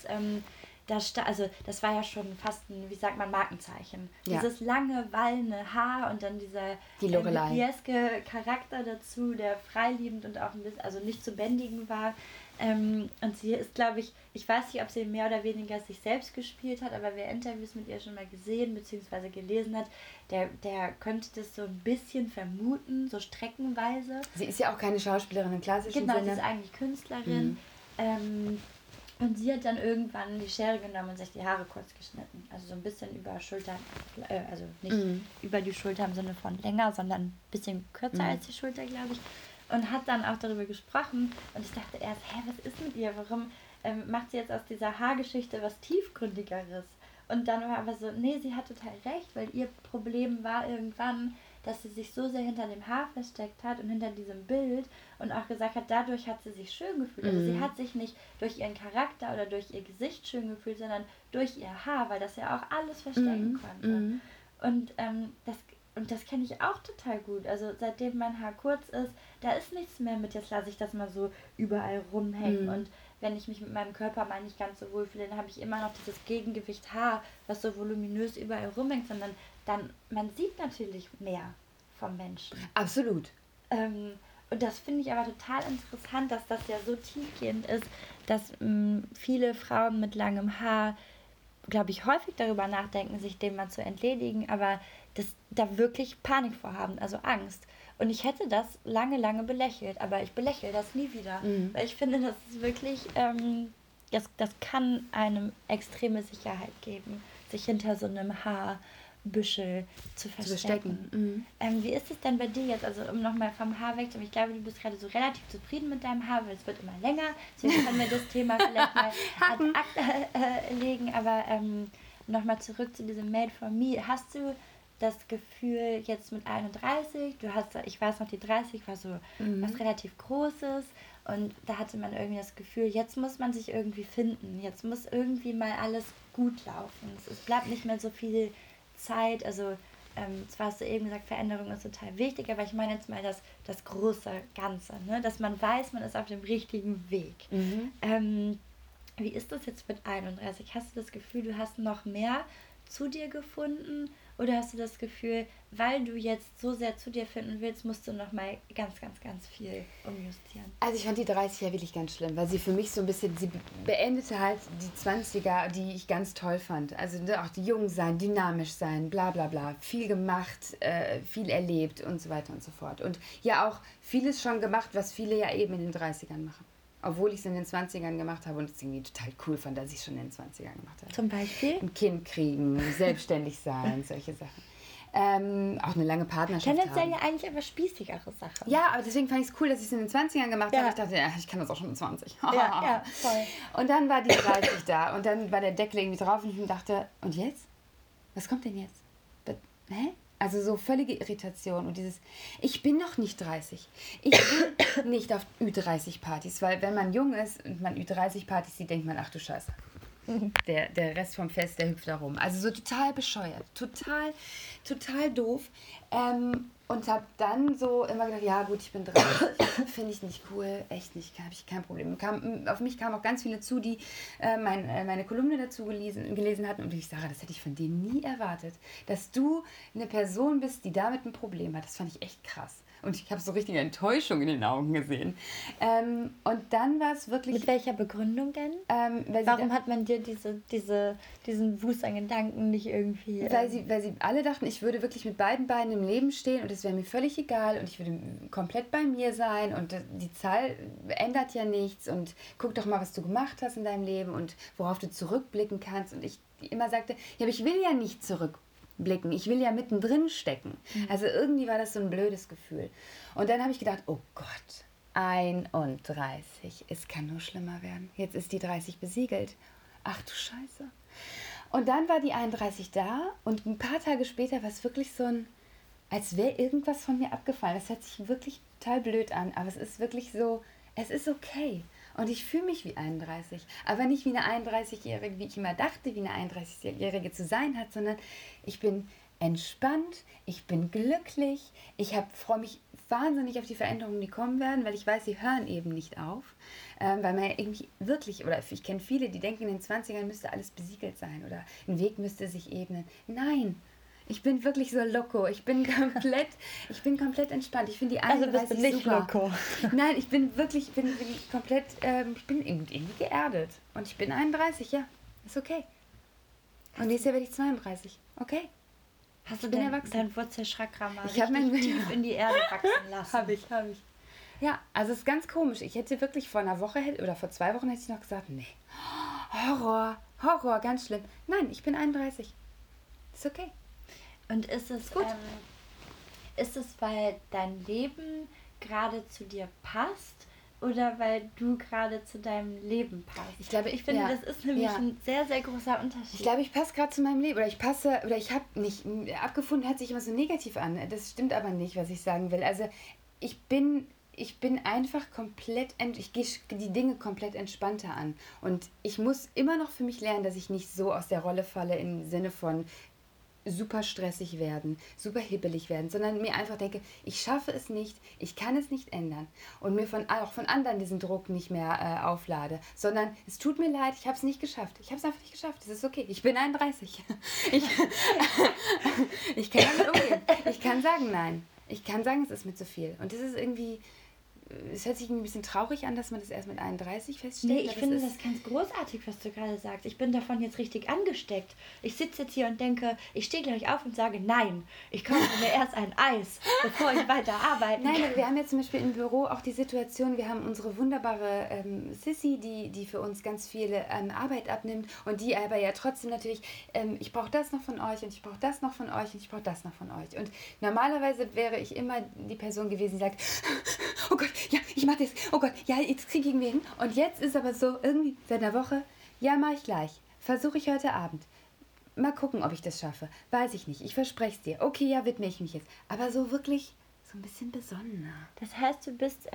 das war ja schon fast ein, wie sagt man, Markenzeichen. Ja. Dieses lange, wallende Haar und dann dieser hippieske Charakter dazu, der freiliebend und auch ein bisschen, also nicht zu bändigen war. Und sie ist, glaube ich weiß nicht, ob sie mehr oder weniger sich selbst gespielt hat, aber wer Interviews mit ihr schon mal gesehen bzw. gelesen hat, der könnte das so ein bisschen vermuten, so streckenweise. Sie ist ja auch keine Schauspielerin im klassischen Sinne. Genau, sie ist eigentlich Künstlerin. Und sie hat dann irgendwann die Schere genommen und sich die Haare kurz geschnitten. Also so ein bisschen über Schultern, also nicht über die Schulter im Sinne von länger, sondern ein bisschen kürzer als die Schulter, glaube ich. Und hat dann auch darüber gesprochen. Und ich dachte erst, was ist mit ihr? Warum macht sie jetzt aus dieser Haargeschichte was Tiefgründigeres? Und dann war aber so, nee, sie hat total recht, weil ihr Problem war irgendwann, dass sie sich so sehr hinter dem Haar versteckt hat und hinter diesem Bild und auch gesagt hat, dadurch hat sie sich schön gefühlt. Also sie hat sich nicht durch ihren Charakter oder durch ihr Gesicht schön gefühlt, sondern durch ihr Haar, weil das ja auch alles verstecken konnte. Und das kenne ich auch total gut. Also seitdem mein Haar kurz ist, da ist nichts mehr mit, jetzt lasse ich das mal so überall rumhängen. Und wenn ich mich mit meinem Körper mal nicht ganz so wohl fühle, dann habe ich immer noch dieses Gegengewicht Haar, was so voluminös überall rumhängt, sondern dann, man sieht natürlich mehr vom Menschen. Absolut. Und das finde ich aber total interessant, dass das ja so tiefgehend ist, dass viele Frauen mit langem Haar, glaube ich, häufig darüber nachdenken, sich dem mal zu entledigen, aber da wirklich Panik vorhaben, also Angst. Und ich hätte das lange, lange belächelt, aber ich belächle das nie wieder. Weil ich finde, das ist wirklich, das kann einem extreme Sicherheit geben, sich hinter so einem Haarbüschel zu verstecken. Wie ist es denn bei dir jetzt, also um nochmal vom Haar wegzukommen, ich glaube, du bist gerade so relativ zufrieden mit deinem Haar, weil es wird immer länger, deswegen können wir das Thema vielleicht mal ad acta legen, aber nochmal zurück zu diesem Made for Me. Hast du das Gefühl, jetzt mit 31, ich weiß noch, die 30 war so was relativ Großes und da hatte man irgendwie das Gefühl, jetzt muss man sich irgendwie finden, jetzt muss irgendwie mal alles gut laufen. Es bleibt nicht mehr so viel Zeit, also zwar hast du eben gesagt, Veränderung ist total wichtig, aber ich meine jetzt mal das große Ganze, ne? Dass man weiß, man ist auf dem richtigen Weg. Wie ist das jetzt mit 31? Hast du das Gefühl, du hast noch mehr zu dir gefunden? Oder hast du das Gefühl, weil du jetzt so sehr zu dir finden willst, musst du noch mal ganz, ganz, ganz viel umjustieren? Also ich fand die 30 ja wirklich ganz schlimm, weil sie für mich so ein bisschen, sie beendete halt die 20er, die ich ganz toll fand. Also auch die jung sein, dynamisch sein, bla bla bla, viel gemacht, viel erlebt und so weiter und so fort. Und ja auch vieles schon gemacht, was viele ja eben in den 30ern machen. Obwohl ich es in den 20ern gemacht habe und es irgendwie total cool fand, dass ich es schon in den 20ern gemacht habe. Zum Beispiel? Ein Kind kriegen, selbstständig sein, solche Sachen. Auch eine lange Partnerschaft tendenziell ja eigentlich aber spießigere Sachen. Ja, aber deswegen fand ich es cool, dass ich es in den 20ern gemacht habe. Ich dachte, ja, ich kann das auch schon mit 20. Ja, voll. Und dann war die 30 da und dann war der Deckel irgendwie drauf und ich dachte, und jetzt? Was kommt denn jetzt? Hä? Also so völlige Irritation und dieses, ich bin noch nicht 30. Ich will nicht auf Ü30-Partys, weil wenn man jung ist und man Ü30-Partys sieht, denkt man, ach du Scheiße. der Rest vom Fest, der hüpft da rum. Also so total bescheuert, total doof. Und habe dann so immer gedacht, ja gut, ich bin 30, finde ich nicht cool, echt nicht, habe ich kein Problem. Auf mich kamen auch ganz viele zu, die meine Kolumne dazu gelesen hatten und ich sage, das hätte ich von dir nie erwartet, dass du eine Person bist, die damit ein Problem hat. Das fand ich echt krass. Und ich habe so richtige Enttäuschung in den Augen gesehen. Und dann war es wirklich... Mit welcher Begründung denn? Warum hat man dir diesen Wust an Gedanken nicht irgendwie... Weil sie alle dachten, ich würde wirklich mit beiden Beinen im Leben stehen und es wäre mir völlig egal und ich würde komplett bei mir sein und die Zahl ändert ja nichts und guck doch mal, was du gemacht hast in deinem Leben und worauf du zurückblicken kannst. Und ich immer sagte, ja, aber ich will ja nicht zurückblicken. Ich will ja mittendrin stecken. Also irgendwie war das so ein blödes Gefühl. Und dann habe ich gedacht, oh Gott, 31, es kann nur schlimmer werden. Jetzt ist die 30 besiegelt. Ach du Scheiße. Und dann war die 31 da und ein paar Tage später war es wirklich so als wäre irgendwas von mir abgefallen. Das hört sich wirklich total blöd an, aber es ist wirklich so, es ist okay. Und ich fühle mich wie 31, aber nicht wie eine 31-Jährige, wie ich immer dachte, wie eine 31-Jährige zu sein hat, sondern ich bin entspannt, ich bin glücklich, freue mich wahnsinnig auf die Veränderungen, die kommen werden, weil ich weiß, sie hören eben nicht auf, weil man ja irgendwie wirklich, oder ich kenne viele, die denken, in den 20ern müsste alles besiegelt sein oder ein Weg müsste sich ebnen. Nein, ich bin wirklich so loco. Ich bin komplett entspannt. Ich finde die 31 also bist du nicht super. loco? Nein, ich bin komplett, ich bin irgendwie geerdet. Und ich bin 31, ja. Ist okay. Und nächstes Jahr werde ich 32. Okay. Hast du dein Wurzelchakra mal tief in die Erde wachsen lassen? Habe ich. Ja, also es ist ganz komisch. Ich hätte wirklich vor 2 Wochen hätte ich noch gesagt, nee. Horror, ganz schlimm. Nein, ich bin 31. Ist okay. Und ist es, weil dein Leben gerade zu dir passt oder weil du gerade zu deinem Leben passt? Ich finde, das ist nämlich ein sehr, sehr großer Unterschied. Ich glaube, ich passe gerade zu meinem Leben oder ich habe nicht, abgefunden hört sich immer so negativ an. Das stimmt aber nicht, was ich sagen will. Also ich bin einfach ich gehe die Dinge komplett entspannter an. Und ich muss immer noch für mich lernen, dass ich nicht so aus der Rolle falle im Sinne von super stressig werden, super hibbelig werden, sondern mir einfach denke, ich schaffe es nicht, ich kann es nicht ändern und mir auch von anderen diesen Druck nicht mehr auflade, sondern es tut mir leid, ich habe es nicht geschafft. Ich habe es einfach nicht geschafft, es ist okay. Ich bin 31. Ich kann damit umgehen. Ich kann sagen, nein. Ich kann sagen, es ist mir zu viel. Und das ist irgendwie... Es hört sich ein bisschen traurig an, dass man das erst mit 31 feststellt. Nee, ich finde das ganz großartig, was du gerade sagst. Ich bin davon jetzt richtig angesteckt. Ich sitze jetzt hier und denke, ich stehe gleich auf und sage, nein, ich kaufe mir erst ein Eis, bevor ich weiter arbeiten kann. Nein, wir haben jetzt zum Beispiel im Büro auch die Situation, wir haben unsere wunderbare Sissy, die für uns ganz viele Arbeit abnimmt und die aber ja trotzdem natürlich, ich brauche das noch von euch und ich brauche das noch von euch und ich brauche das noch von euch. Und normalerweise wäre ich immer die Person gewesen, die sagt, oh Gott, ja, ich mach das. Oh Gott, ja, jetzt kriegen wir hin. Und jetzt ist aber so, irgendwie seit einer Woche, ja, mache ich gleich. Versuche ich heute Abend. Mal gucken, ob ich das schaffe. Weiß ich nicht. Ich verspreche es dir. Okay, ja, widme ich mich jetzt. Aber so wirklich so ein bisschen besonnener. Das heißt, du bist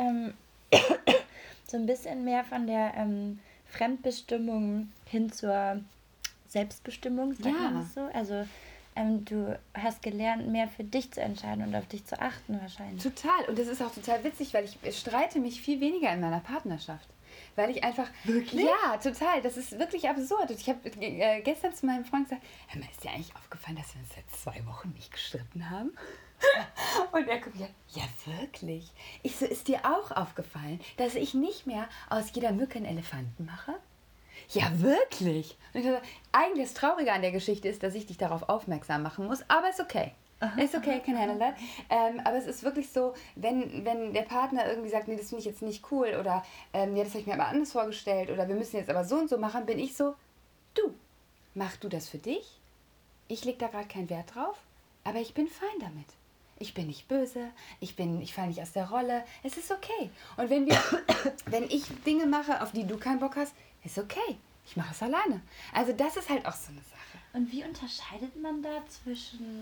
so ein bisschen mehr von der Fremdbestimmung hin zur Selbstbestimmung, sagt man das so? Also du hast gelernt, mehr für dich zu entscheiden und auf dich zu achten wahrscheinlich. Total. Und das ist auch total witzig, weil ich streite mich viel weniger in meiner Partnerschaft. Weil ich einfach... Wirklich? Ja, total. Das ist wirklich absurd. Und ich habe gestern zu meinem Freund gesagt, hör mal, ist dir eigentlich aufgefallen, dass wir uns seit 2 Wochen nicht gestritten haben? Und er guckt mir, ja wirklich? Ich so, ist dir auch aufgefallen, dass ich nicht mehr aus jeder Mücke einen Elefanten mache? Ja, wirklich? Und ich so, eigentlich das Traurige an der Geschichte ist, dass ich dich darauf aufmerksam machen muss, aber ist okay. Ist okay, I can handle that. Aber es ist wirklich so, wenn der Partner irgendwie sagt, nee, das finde ich jetzt nicht cool oder ja, das habe ich mir aber anders vorgestellt oder wir müssen jetzt aber so und so machen, bin ich so, du, mach du das für dich? Ich lege da gerade keinen Wert drauf, aber ich bin fein damit. Ich bin nicht böse, ich falle nicht aus der Rolle, es ist okay. Und wenn ich Dinge mache, auf die du keinen Bock hast, ist okay. Ich mache es alleine. Also das ist halt auch so eine Sache. Und wie unterscheidet man da zwischen,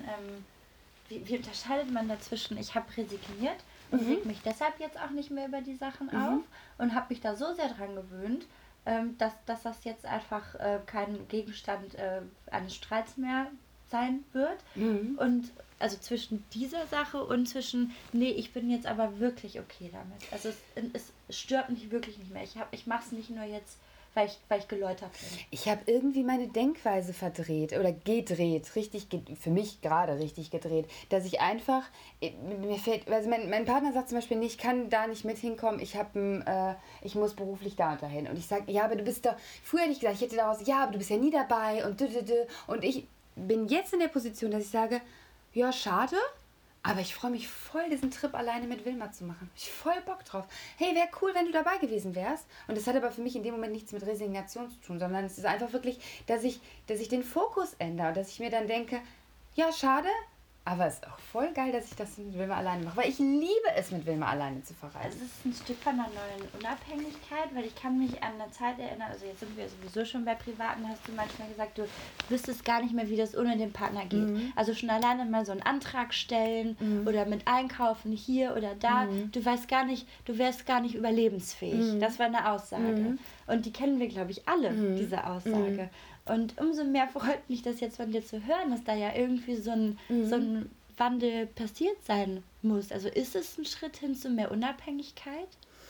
ich habe resigniert und reg mich deshalb jetzt auch nicht mehr über die Sachen auf und habe mich da so sehr dran gewöhnt, dass das jetzt einfach kein Gegenstand eines Streits mehr sein wird. Und also zwischen dieser Sache und zwischen, nee, ich bin jetzt aber wirklich okay damit. Also es stört mich wirklich nicht mehr. Ich mache es nicht nur jetzt, weil ich geläutert bin. Ich habe irgendwie meine Denkweise verdreht oder gedreht, für mich gerade richtig gedreht, dass ich einfach, mir fällt, also mein Partner sagt zum Beispiel, nee, ich kann da nicht mit hinkommen, ich muss beruflich da und dahin. Und ich sage, ja, aber du bist doch, früher hätte ich gesagt, ich hätte daraus, ja, aber du bist ja nie dabei und und ich bin jetzt in der Position, dass ich sage, ja, schade, aber ich freue mich voll, diesen Trip alleine mit Wilma zu machen. Ich voll Bock drauf. Hey, wäre cool, wenn du dabei gewesen wärst. Und das hat aber für mich in dem Moment nichts mit Resignation zu tun, sondern es ist einfach wirklich, dass ich den Fokus ändere und dass ich mir dann denke, ja, schade, aber es ist auch voll geil, dass ich das mit Wilma alleine mache, weil ich liebe es, mit Wilma alleine zu verreisen. Es ist ein Stück von einer neuen Unabhängigkeit, weil ich kann mich an eine Zeit erinnern, also jetzt sind wir sowieso schon bei Privaten, hast du manchmal gesagt, du wüsstest gar nicht mehr, wie das ohne den Partner geht. Also schon alleine mal so einen Antrag stellen oder mit einkaufen hier oder da. Du wärst gar nicht überlebensfähig. Das war eine Aussage. Und die kennen wir, glaube ich, alle, diese Aussage. Und umso mehr freut mich das jetzt von dir zu hören, dass da ja irgendwie so ein Wandel passiert sein muss. Also ist es ein Schritt hin zu mehr Unabhängigkeit?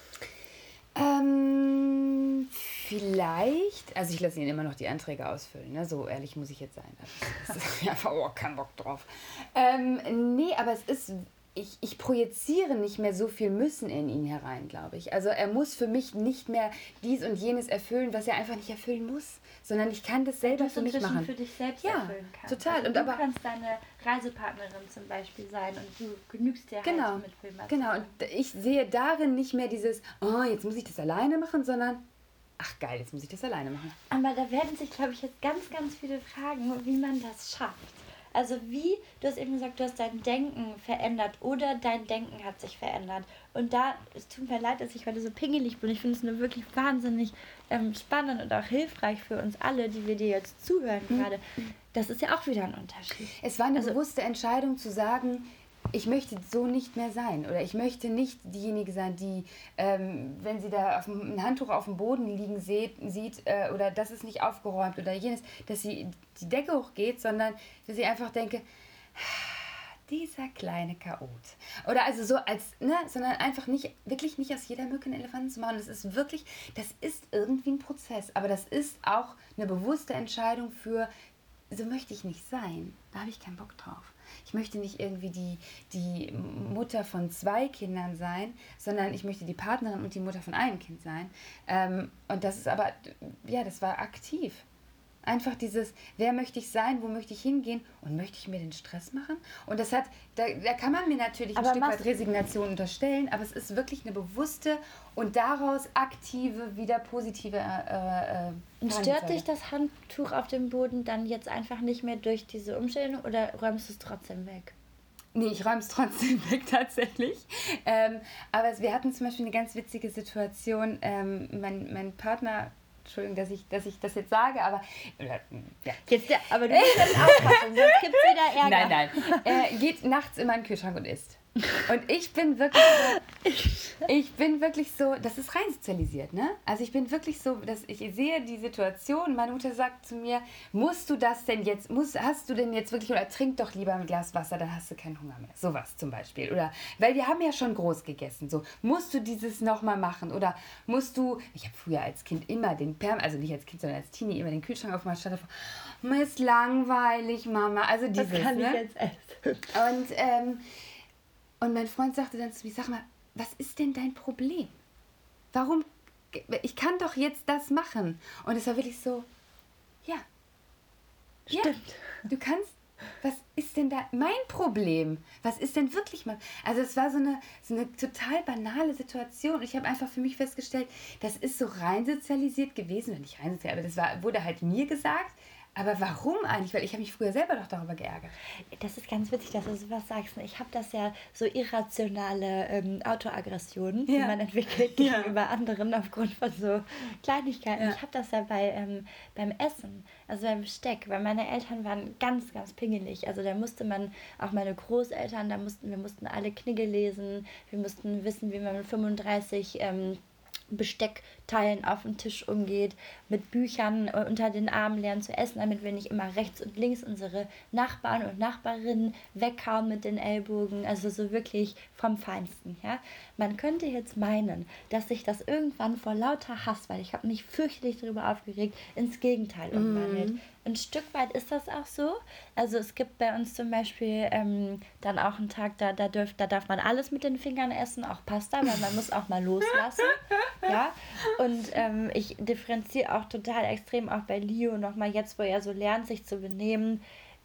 Vielleicht, also ich lasse ihn immer noch die Anträge ausfüllen, ne? So ehrlich muss ich jetzt sein. Das ist einfach, kein Bock drauf. Nee, aber es ist, ich projiziere nicht mehr so viel Müssen in ihn herein, glaube ich. Also er muss für mich nicht mehr dies und jenes erfüllen, was er einfach nicht erfüllen muss, sondern ich kann das selber für mich machen. Für dich selbst erfüllen kannst. Total. Also und du aber kannst deine Reisepartnerin zum Beispiel sein und du genügst dir genau, halt mit Filmen. Genau, und ich sehe darin nicht mehr dieses, oh, jetzt muss ich das alleine machen, sondern, ach geil, jetzt muss ich das alleine machen. Aber da werden sich, glaube ich, jetzt ganz, ganz viele fragen, wie man das schafft. Also du hast eben gesagt, du hast dein Denken verändert oder dein Denken hat sich verändert. Und es tut mir leid, dass ich heute so pingelig bin. Ich finde es nur wirklich wahnsinnig spannend und auch hilfreich für uns alle, die wir dir jetzt zuhören gerade. Das ist ja auch wieder ein Unterschied. Es war eine bewusste Entscheidung zu sagen, ich möchte so nicht mehr sein oder ich möchte nicht diejenige sein, die, wenn sie da ein Handtuch auf dem Boden liegen sieht oder das ist nicht aufgeräumt oder jenes, dass sie die Decke hochgeht, sondern dass ich einfach denke, dieser kleine Chaot. Oder also so sondern einfach wirklich nicht aus jeder Mücke einen Elefanten zu machen. Das ist irgendwie ein Prozess, aber das ist auch eine bewusste Entscheidung für, so möchte ich nicht sein. Da habe ich keinen Bock drauf. Ich möchte nicht irgendwie die Mutter von 2 Kindern sein, sondern ich möchte die Partnerin und die Mutter von einem Kind sein. Und das ist aber, ja, das war aktiv. Einfach dieses, wer möchte ich sein, wo möchte ich hingehen und möchte ich mir den Stress machen? Und das da kann man mir natürlich ein Stück weit Resignation unterstellen, aber es ist wirklich eine bewusste und daraus aktive, wieder positive Und stört dich das Handtuch auf dem Boden dann jetzt einfach nicht mehr durch diese Umstellung oder räumst du es trotzdem weg? Nee, ich räume es trotzdem weg tatsächlich. Aber wir hatten zum Beispiel eine ganz witzige Situation. Mein Partner, Entschuldigung, dass ich das jetzt sage, aber ja. Aber du musst jetzt aufpassen, sonst gibt es wieder Ärger. Nein. Er geht nachts in meinen Kühlschrank und isst. Und ich bin wirklich so, das ist rein sozialisiert, ne? Also ich bin wirklich so, dass ich sehe die Situation, meine Mutter sagt zu mir, hast du denn jetzt wirklich, oder trink doch lieber ein Glas Wasser, dann hast du keinen Hunger mehr. Sowas zum Beispiel. Oder, weil wir haben ja schon groß gegessen, so, musst du dieses nochmal machen? Oder ich habe früher als Kind immer also nicht als Kind, sondern als Teenie immer den Kühlschrank aufgemacht, stand davor, mir ist langweilig, Mama. Also dieses, das kann ich jetzt essen. Und mein Freund sagte dann zu mir, sag mal, was ist denn dein Problem? Warum? Ich kann doch jetzt das machen. Und es war wirklich so, ja. Stimmt. Ja, du kannst, was ist denn da mein Problem? Was ist denn wirklich mein... Also es war so eine total banale Situation. Und ich habe einfach für mich festgestellt, das ist so rein sozialisiert gewesen. Oder nicht rein sozialisiert, aber wurde halt mir gesagt. Aber warum eigentlich? Weil ich habe mich früher selber doch darüber geärgert. Das ist ganz witzig, dass du sowas sagst. Ich habe das ja so irrationale Autoaggressionen, die man entwickelt gegenüber anderen aufgrund von so Kleinigkeiten. Ja. Ich habe das ja beim Essen, also beim Besteck, weil meine Eltern waren ganz, ganz pingelig. Also da musste man, auch meine Großeltern, wir mussten alle Knigge lesen, wir mussten wissen, wie man mit 35 Besteckteilen auf dem Tisch umgeht, mit Büchern unter den Armen lernen zu essen, damit wir nicht immer rechts und links unsere Nachbarn und Nachbarinnen weghauen mit den Ellbogen, also so wirklich vom Feinsten. Ja? Man könnte jetzt meinen, dass sich das irgendwann vor lauter Hass, weil ich habe mich fürchterlich darüber aufgeregt, ins Gegenteil umwandelt. Ein Stück weit ist das auch so. Also es gibt bei uns zum Beispiel dann auch einen Tag, da darf man alles mit den Fingern essen, auch Pasta, weil man muss auch mal loslassen. Ja, und ich differenziere auch total extrem auch bei Leo nochmal jetzt, wo er so lernt, sich zu benehmen,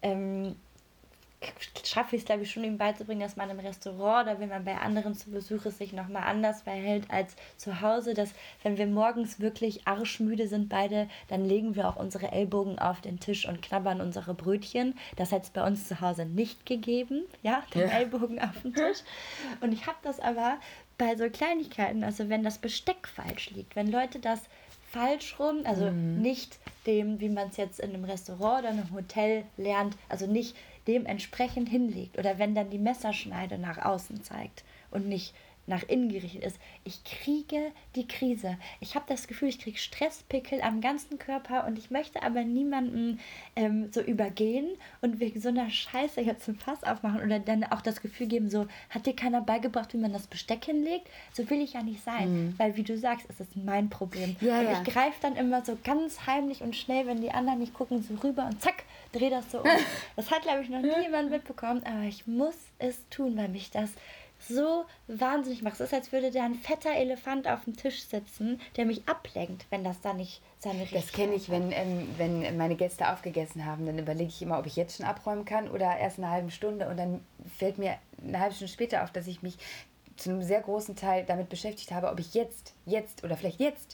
schaffe ich es, glaube ich, schon ihm beizubringen, dass man im Restaurant oder wenn man bei anderen zu Besuch ist, sich nochmal anders verhält als zu Hause, dass wenn wir morgens wirklich arschmüde sind beide, dann legen wir auch unsere Ellbogen auf den Tisch und knabbern unsere Brötchen. Das hat es bei uns zu Hause nicht gegeben, ja, den Ellbogen auf dem Tisch. Und ich habe das aber bei so Kleinigkeiten, also wenn das Besteck falsch liegt, wenn Leute das falsch rum, also nicht dem, wie man es jetzt in einem Restaurant oder einem Hotel lernt, also nicht dementsprechend hinlegt oder wenn dann die Messerschneide nach außen zeigt und nicht nach innen gerichtet ist. Ich kriege die Krise. Ich habe das Gefühl, ich kriege Stresspickel am ganzen Körper und ich möchte aber niemanden so übergehen und wegen so einer Scheiße jetzt ein Fass aufmachen oder dann auch das Gefühl geben, so, hat dir keiner beigebracht, wie man das Besteck hinlegt? So will ich ja nicht sein, weil wie du sagst, ist es mein Problem. Ja, und ja. ich greife dann immer so ganz heimlich und schnell, wenn die anderen nicht gucken, so rüber und zack, drehe das so um. Das hat, glaube ich, noch nie jemand mitbekommen, aber ich muss es tun, weil mich das so wahnsinnig macht. Es ist, als würde da ein fetter Elefant auf dem Tisch sitzen, der mich ablenkt, wenn das da nicht seine Richtigkeit Das kenne ich, wenn meine Gäste aufgegessen haben, dann überlege ich immer, ob ich jetzt schon abräumen kann oder erst eine halbe Stunde und dann fällt mir eine halbe Stunde später auf, dass ich mich zu einem sehr großen Teil damit beschäftigt habe, ob ich jetzt oder vielleicht jetzt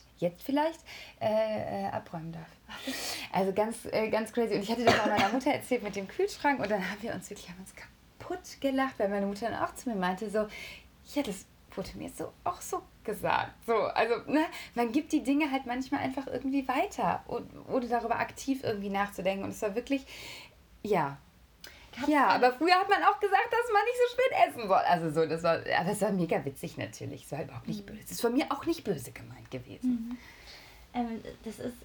abräumen darf. Also ganz crazy. Und ich hatte das auch meiner Mutter erzählt mit dem Kühlschrank und dann haben wir uns kaputt gelacht, weil meine Mutter dann auch zu mir meinte, so, ja, das wurde mir auch so gesagt. So, also, ne, man gibt die Dinge halt manchmal einfach irgendwie weiter, ohne darüber aktiv irgendwie nachzudenken. Und es war wirklich, ja. Ja, aber früher hat man auch gesagt, dass man nicht so spät essen soll. Also so, aber es war mega witzig natürlich. Es war überhaupt nicht böse. Es ist von mir auch nicht böse gemeint gewesen. Das ist,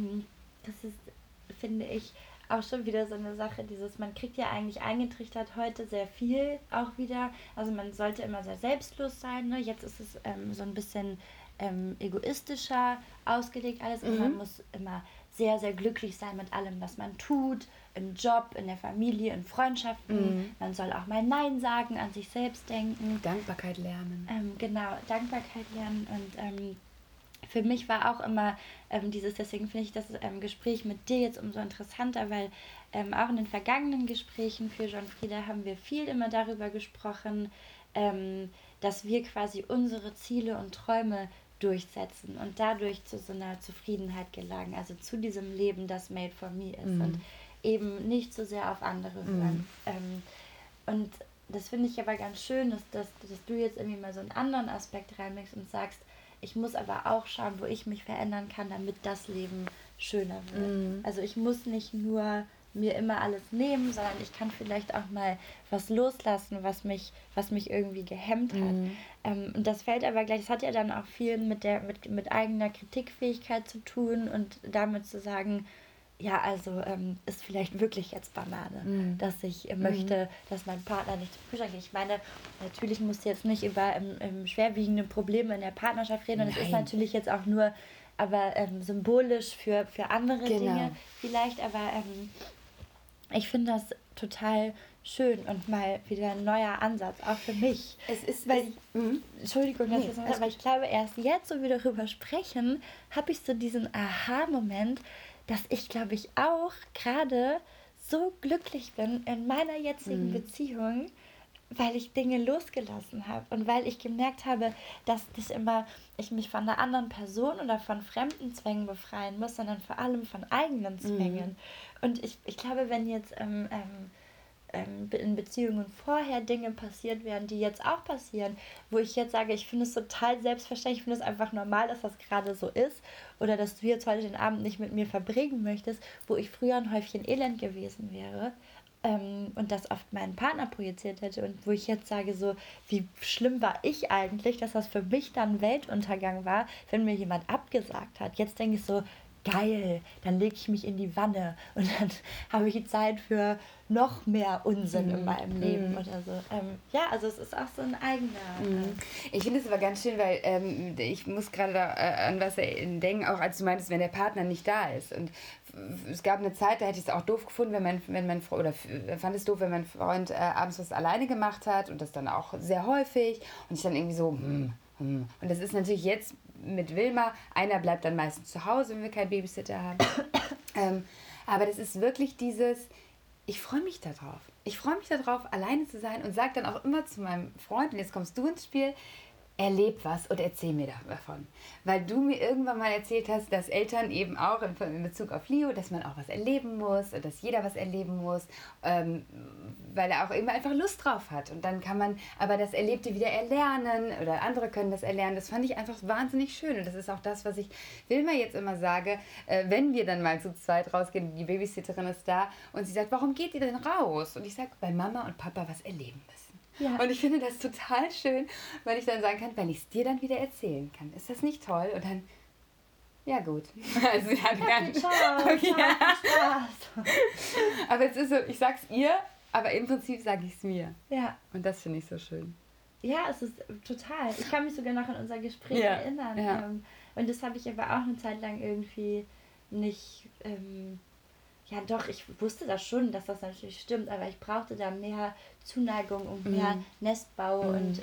finde ich, auch schon wieder so eine Sache, man kriegt ja eigentlich eingetrichtert heute sehr viel auch wieder, also man sollte immer sehr selbstlos sein, ne? Jetzt ist es so ein bisschen egoistischer ausgelegt alles und man muss immer sehr, sehr glücklich sein mit allem, was man tut, im Job, in der Familie, in Freundschaften, man soll auch mal Nein sagen, an sich selbst denken. Dankbarkeit lernen. Genau, Dankbarkeit lernen und für mich war auch immer deswegen finde ich das Gespräch mit dir jetzt umso interessanter, weil auch in den vergangenen Gesprächen für John Frieda haben wir viel immer darüber gesprochen, dass wir quasi unsere Ziele und Träume durchsetzen und dadurch zu so einer Zufriedenheit gelangen, also zu diesem Leben, das made for me ist und eben nicht so sehr auf andere hören. Und das finde ich aber ganz schön, dass du jetzt irgendwie mal so einen anderen Aspekt reinmixst und sagst, ich muss aber auch schauen, wo ich mich verändern kann, damit das Leben schöner wird. Also ich muss nicht nur mir immer alles nehmen, sondern ich kann vielleicht auch mal was loslassen, was mich irgendwie gehemmt hat. Und das fällt aber gleich, das hat ja dann auch viel mit eigener Kritikfähigkeit zu tun und damit zu sagen, ja, also ist vielleicht wirklich jetzt Banane, dass ich möchte, dass mein Partner nicht zum Kühlschrank geht. Ich meine, natürlich musst du jetzt nicht über schwerwiegende Probleme in der Partnerschaft reden. Und es ist natürlich jetzt auch nur, aber symbolisch für andere Dinge vielleicht. Aber ich finde das total schön und mal wieder ein neuer Ansatz, auch für mich. Es ist, Entschuldigung, dass ich das aber ich glaube, erst jetzt, so wie wir darüber sprechen, habe ich so diesen Aha-Moment, dass ich, glaube ich, auch gerade so glücklich bin in meiner jetzigen Beziehung, weil ich Dinge losgelassen habe und weil ich gemerkt habe, dass nicht immer ich mich von einer anderen Person oder von fremden Zwängen befreien muss, sondern vor allem von eigenen Zwängen. Und ich glaube, wenn jetzt in Beziehungen vorher Dinge passiert wären, die jetzt auch passieren, wo ich jetzt sage, ich finde es total selbstverständlich, ich finde es einfach normal, dass das gerade so ist oder dass du jetzt heute den Abend nicht mit mir verbringen möchtest, wo ich früher ein Häufchen Elend gewesen wäre, und das auf meinen Partner projiziert hätte und wo ich jetzt sage, so, wie schlimm war ich eigentlich, dass das für mich dann Weltuntergang war, wenn mir jemand abgesagt hat. Jetzt denke ich so, geil, dann lege ich mich in die Wanne und dann habe ich Zeit für noch mehr Unsinn in meinem Leben oder so. Ja, also es ist auch so ein eigener... Ich finde es aber ganz schön, weil ich muss gerade da, an was denken, auch als du meintest, wenn der Partner nicht da ist. Und es gab eine Zeit, da hätte ich es auch doof gefunden, wenn mein Freund, oder fand es doof, wenn mein Freund abends was alleine gemacht hat und das dann auch sehr häufig und ich dann irgendwie so, Und das ist natürlich jetzt mit Wilma, einer bleibt dann meistens zu Hause, wenn wir keinen Babysitter haben. Aber das ist wirklich dieses, ich freue mich darauf. Ich freue mich darauf, alleine zu sein und sage dann auch immer zu meinem Freund, und jetzt kommst du ins Spiel, erleb was und erzähl mir davon. Weil du mir irgendwann mal erzählt hast, dass Eltern eben auch in Bezug auf Leo, dass man auch was erleben muss und dass jeder was erleben muss, weil er auch immer einfach Lust drauf hat. Und dann kann man aber das Erlebte wieder erlernen oder andere können das erlernen. Das fand ich einfach wahnsinnig schön. Und das ist auch das, was ich Wilma jetzt immer sage, wenn wir dann mal zu zweit rausgehen, die Babysitterin ist da und sie sagt, warum geht ihr denn raus? Und ich sage, weil Mama und Papa was erleben müssen. Ja. Und ich finde das total schön, weil ich dann sagen kann, weil ich es dir dann wieder erzählen kann. Ist das nicht toll? Und dann, ja gut. Also, ja, Spaß. Aber es ist so, ich sag's ihr, aber im Prinzip sage ich es mir. Ja. Und das finde ich so schön. Ja, es ist total. Ich kann mich sogar noch an unser Gespräch erinnern. Ja. Und das habe ich aber auch eine Zeit lang irgendwie nicht... ja doch, ich wusste das schon, dass das natürlich stimmt, aber ich brauchte da mehr Zuneigung und mehr Nestbau und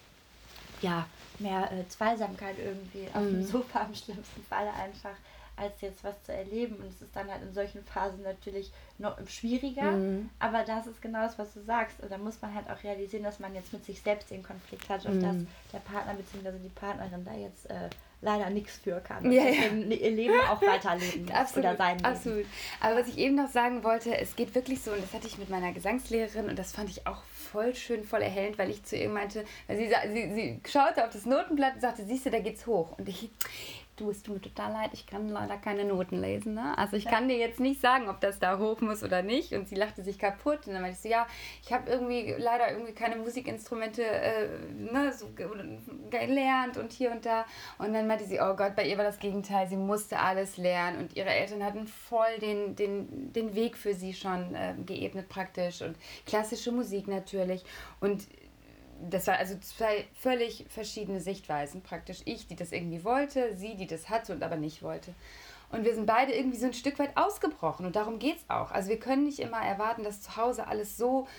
mehr Zweisamkeit irgendwie auf dem Sofa im schlimmsten Fall einfach, als jetzt was zu erleben. Und es ist dann halt in solchen Phasen natürlich noch schwieriger, aber das ist genau das, was du sagst. Und da muss man halt auch realisieren, dass man jetzt mit sich selbst den Konflikt hat und dass der Partner bzw. die Partnerin da jetzt leider nichts für kann. Ja, ihr Leben auch weiterleben muss. Absolut, oder sein Leben. Absolut. Aber was ich eben noch sagen wollte, es geht wirklich so, und das hatte ich mit meiner Gesangslehrerin und das fand ich auch voll schön, voll erhellend, weil ich zu ihr meinte, weil sie schaute auf das Notenblatt und sagte, siehst du, da geht's hoch. Und ich, du, es tut mir total leid, ich kann leider keine Noten lesen. Ne? Also ich kann dir jetzt nicht sagen, ob das da hoch muss oder nicht. Und sie lachte sich kaputt. Und dann meinte ich so, ja, ich habe leider keine Musikinstrumente so gelernt und hier und da. Und dann meinte sie, oh Gott, bei ihr war das Gegenteil. Sie musste alles lernen. Und ihre Eltern hatten voll den Weg für sie schon geebnet praktisch. Und klassische Musik natürlich. Und das war also zwei völlig verschiedene Sichtweisen praktisch. Ich, die das irgendwie wollte, sie, die das hatte und aber nicht wollte. Und wir sind beide irgendwie so ein Stück weit ausgebrochen und darum geht's auch. Also wir können nicht immer erwarten, dass zu Hause alles so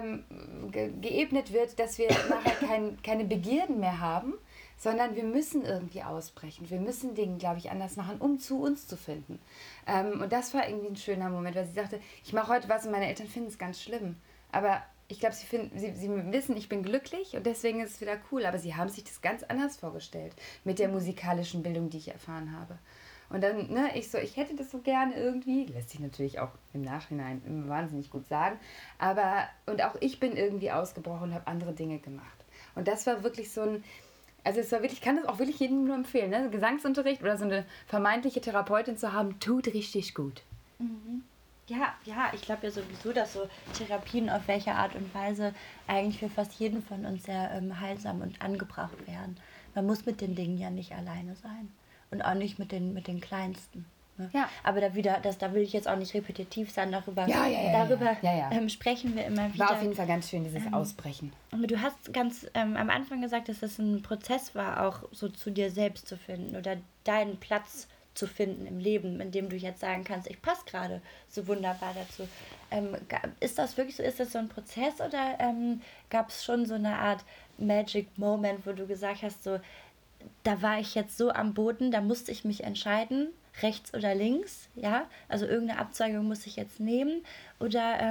geebnet wird, dass wir nachher keine Begierden mehr haben, sondern wir müssen irgendwie ausbrechen. Wir müssen Dinge, glaube ich, anders machen, um zu uns zu finden. Und das war irgendwie ein schöner Moment, weil sie sagte, ich mache heute was und meine Eltern finden es ganz schlimm. Aber ich glaube, sie wissen, ich bin glücklich und deswegen ist es wieder cool. Aber sie haben sich das ganz anders vorgestellt mit der musikalischen Bildung, die ich erfahren habe. Und dann, ich hätte das so gerne irgendwie, lässt sich natürlich auch im Nachhinein immer wahnsinnig gut sagen, und auch ich bin irgendwie ausgebrochen und habe andere Dinge gemacht. Und das war wirklich so ich kann das auch wirklich jedem nur empfehlen, ne? Gesangsunterricht oder so eine vermeintliche Therapeutin zu haben, tut richtig gut. Mhm. Ja, ich glaube ja sowieso, dass so Therapien auf welche Art und Weise eigentlich für fast jeden von uns sehr heilsam und angebracht werden. Man muss mit den Dingen ja nicht alleine sein und auch nicht mit den Kleinsten. Ne? Ja. Aber da will ich jetzt auch nicht repetitiv sein, darüber sprechen wir immer wieder. War auf jeden Fall ganz schön, dieses Ausbrechen. Aber du hast ganz am Anfang gesagt, dass das ein Prozess war, auch so zu dir selbst zu finden oder deinen Platz zu finden im Leben, in dem du jetzt sagen kannst, ich passe gerade so wunderbar dazu. Ist das wirklich so? Ist das so ein Prozess oder gab es schon so eine Art Magic Moment, wo du gesagt hast, so, da war ich jetzt so am Boden, da musste ich mich entscheiden, rechts oder links, ja? Also irgendeine Abzweigung muss ich jetzt nehmen oder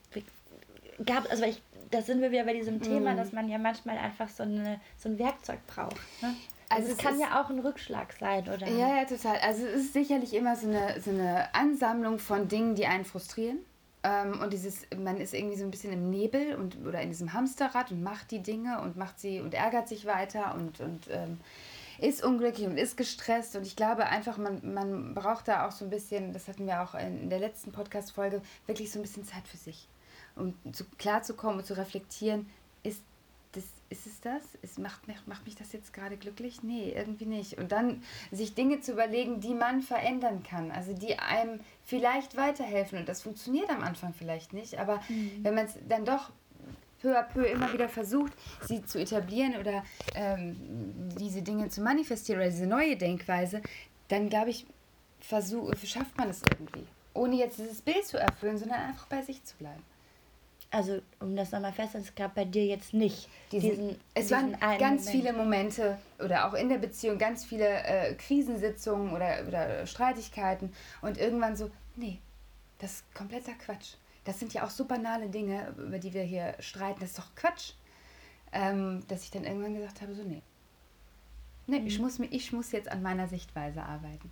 da sind wir wieder bei diesem Thema, dass man ja manchmal einfach so ein Werkzeug braucht, ne? Also es kann ja auch ein Rückschlag sein, oder? Ja, total. Also es ist sicherlich immer so eine Ansammlung von Dingen, die einen frustrieren. Und man ist irgendwie so ein bisschen im Nebel oder in diesem Hamsterrad und macht die Dinge und macht sie und ärgert sich weiter und ist unglücklich und ist gestresst. Und ich glaube einfach, man braucht da auch so ein bisschen, das hatten wir auch in der letzten Podcast-Folge, wirklich so ein bisschen Zeit für sich. um klarzukommen und zu reflektieren, ist es das? Macht mich das jetzt gerade glücklich? Nee, irgendwie nicht. Und dann sich Dinge zu überlegen, die man verändern kann, also die einem vielleicht weiterhelfen. Und das funktioniert am Anfang vielleicht nicht, aber wenn man es dann doch peu à peu immer wieder versucht, sie zu etablieren oder diese Dinge zu manifestieren oder diese neue Denkweise, dann glaube ich, schafft man es irgendwie. Ohne jetzt dieses Bild zu erfüllen, sondern einfach bei sich zu bleiben. Also, um das nochmal festzuhalten, es gab bei dir jetzt nicht es waren ganz viele Momente oder auch in der Beziehung ganz viele Krisensitzungen oder Streitigkeiten und irgendwann so, nee, das ist kompletter Quatsch. Das sind ja auch so banale Dinge, über die wir hier streiten, das ist doch Quatsch. Dass ich dann irgendwann gesagt habe, so nee, ich muss jetzt an meiner Sichtweise arbeiten.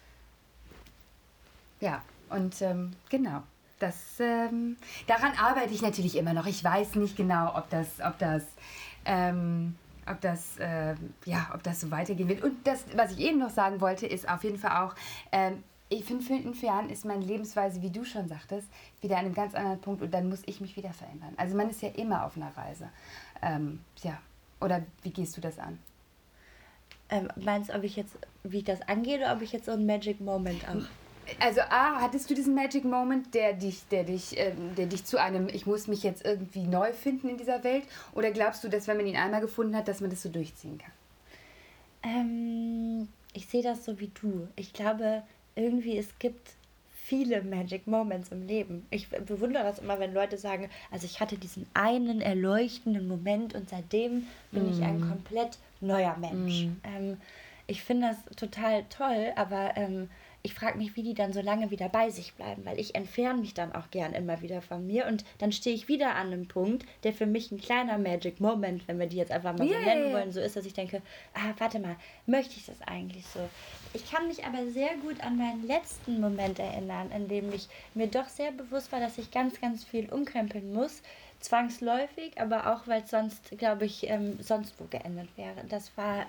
Ja, und genau. Daran arbeite ich natürlich immer noch. Ich weiß nicht genau, ob das so weitergehen wird. Und das, was ich eben noch sagen wollte, ist auf jeden Fall auch, ich finde, in 5 Jahren ist meine Lebensweise, wie du schon sagtest, wieder an einem ganz anderen Punkt und dann muss ich mich wieder verändern. Also man ist ja immer auf einer Reise. Oder wie gehst du das an? Meinst du, wie ich das angehe oder ob ich jetzt so einen Magic Moment auch... Also hattest du diesen Magic Moment, der dich zu einem, ich muss mich jetzt irgendwie neu finden in dieser Welt? Oder glaubst du, dass wenn man ihn einmal gefunden hat, dass man das so durchziehen kann? Ich sehe das so wie du. Ich glaube, irgendwie es gibt viele Magic Moments im Leben. Ich bewundere das immer, wenn Leute sagen, also ich hatte diesen einen erleuchtenden Moment und seitdem bin ich ein komplett neuer Mensch. Ich finde das total toll, aber ich frage mich, wie die dann so lange wieder bei sich bleiben, weil ich entferne mich dann auch gern immer wieder von mir und dann stehe ich wieder an einem Punkt, der für mich ein kleiner Magic Moment, wenn wir die jetzt einfach mal so nennen wollen, so ist, dass ich denke, warte mal, möchte ich das eigentlich so? Ich kann mich aber sehr gut an meinen letzten Moment erinnern, in dem ich mir doch sehr bewusst war, dass ich ganz, ganz viel umkrempeln muss, zwangsläufig, aber auch, weil es sonst, glaube ich, sonst wo geendet wäre. Das war...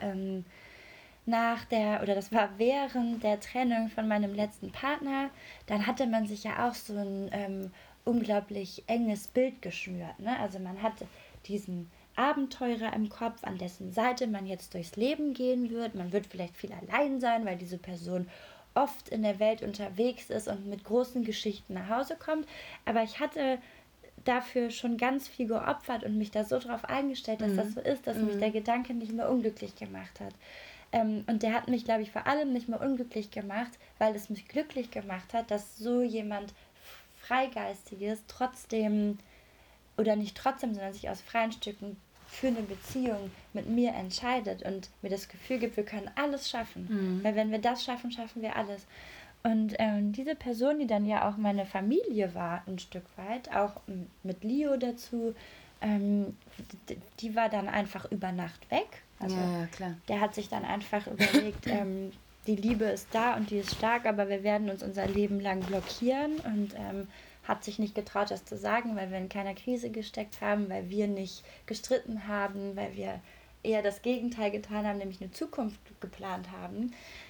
das war während der Trennung von meinem letzten Partner, dann hatte man sich ja auch so ein unglaublich enges Bild geschnürt. Ne? Also man hatte diesen Abenteurer im Kopf, an dessen Seite man jetzt durchs Leben gehen wird. Man wird vielleicht viel allein sein, weil diese Person oft in der Welt unterwegs ist und mit großen Geschichten nach Hause kommt. Aber ich hatte dafür schon ganz viel geopfert und mich da so drauf eingestellt, dass das so ist, dass mich der Gedanke nicht mehr unglücklich gemacht hat. Und der hat mich, glaube ich, vor allem nicht mehr unglücklich gemacht, weil es mich glücklich gemacht hat, dass so jemand Freigeistiges trotzdem, oder nicht trotzdem, sondern sich aus freien Stücken für eine Beziehung mit mir entscheidet und mir das Gefühl gibt, wir können alles schaffen. Weil wenn wir das schaffen, schaffen wir alles. Und diese Person, die dann ja auch meine Familie war, ein Stück weit, auch mit Leo dazu, die war dann einfach über Nacht weg. Also klar. Der hat sich dann einfach überlegt, die Liebe ist da und die ist stark, aber wir werden uns unser Leben lang blockieren und hat sich nicht getraut, das zu sagen, weil wir in keiner Krise gesteckt haben, weil wir nicht gestritten haben, weil wir eher das Gegenteil getan haben, nämlich eine Zukunft geplant haben.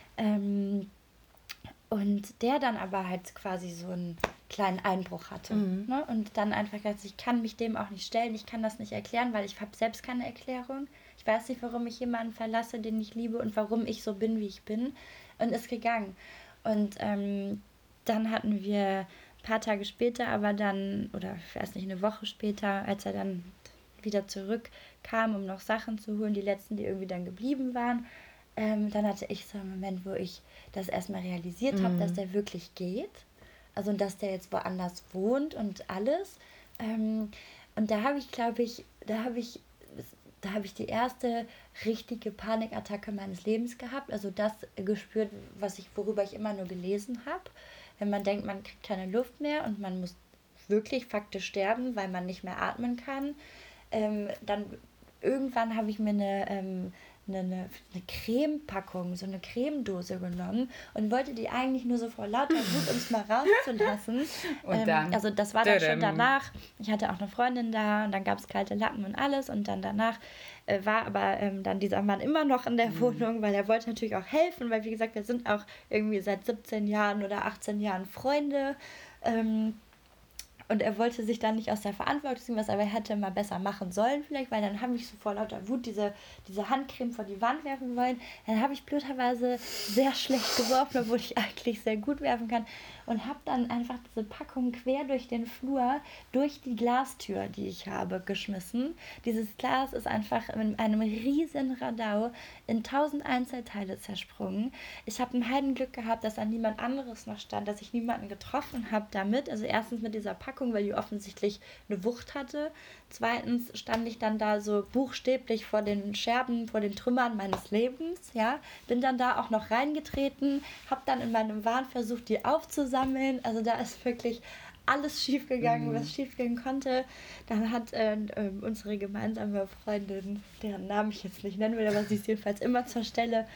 Und der dann aber halt quasi so einen kleinen Einbruch hatte. Ne? Und dann einfach gesagt, ich kann mich dem auch nicht stellen, ich kann das nicht erklären, weil ich habe selbst keine Erklärung. Ich weiß nicht, warum ich jemanden verlasse, den ich liebe und warum ich so bin, wie ich bin. Und ist gegangen. Und dann hatten wir ein paar Tage später, aber dann, oder ich weiß nicht, eine Woche später, als er dann wieder zurückkam, um noch Sachen zu holen, die letzten, die irgendwie dann geblieben waren, dann hatte ich so einen Moment, wo ich das erstmal realisiert habe, dass der wirklich geht. Also, dass der jetzt woanders wohnt und alles. Und da habe ich, glaube ich, da habe ich die erste richtige Panikattacke meines Lebens gehabt. Also das gespürt, worüber ich immer nur gelesen habe. Wenn man denkt, man kriegt keine Luft mehr und man muss wirklich faktisch sterben, weil man nicht mehr atmen kann. Dann irgendwann habe ich mir eine Cremepackung, so eine Cremedose genommen und wollte die eigentlich nur so vor lauter Wut, um es mal rauszulassen. Und dann? Also das war dann schon danach. Ich hatte auch eine Freundin da und dann gab es kalte Lappen und alles und dann danach war aber dann dieser Mann immer noch in der Wohnung, weil er wollte natürlich auch helfen, weil wie gesagt, wir sind auch irgendwie seit 17 Jahren oder 18 Jahren Freunde. Und er wollte sich dann nicht aus der Verantwortung ziehen, was aber er hätte mal besser machen sollen vielleicht, weil dann habe ich so vor lauter Wut diese Handcreme vor die Wand werfen wollen. Dann habe ich blöderweise sehr schlecht geworfen, obwohl ich eigentlich sehr gut werfen kann. Und habe dann einfach diese Packung quer durch den Flur, durch die Glastür, die ich habe, geschmissen. Dieses Glas ist einfach in einem riesen Radau in 1000 Einzelteile zersprungen. Ich habe ein Heidenglück gehabt, dass da niemand anderes noch stand, dass ich niemanden getroffen habe damit. Also erstens mit dieser Packung, weil die offensichtlich eine Wucht hatte. Zweitens stand ich dann da so buchstäblich vor den Scherben, vor den Trümmern meines Lebens, ja. Bin dann da auch noch reingetreten, habe dann in meinem Wahn versucht, die aufzusammeln. Also da ist wirklich alles schiefgegangen, was schiefgehen konnte. Dann hat unsere gemeinsame Freundin, deren Namen ich jetzt nicht nennen will, aber sie ist jedenfalls immer zur Stelle,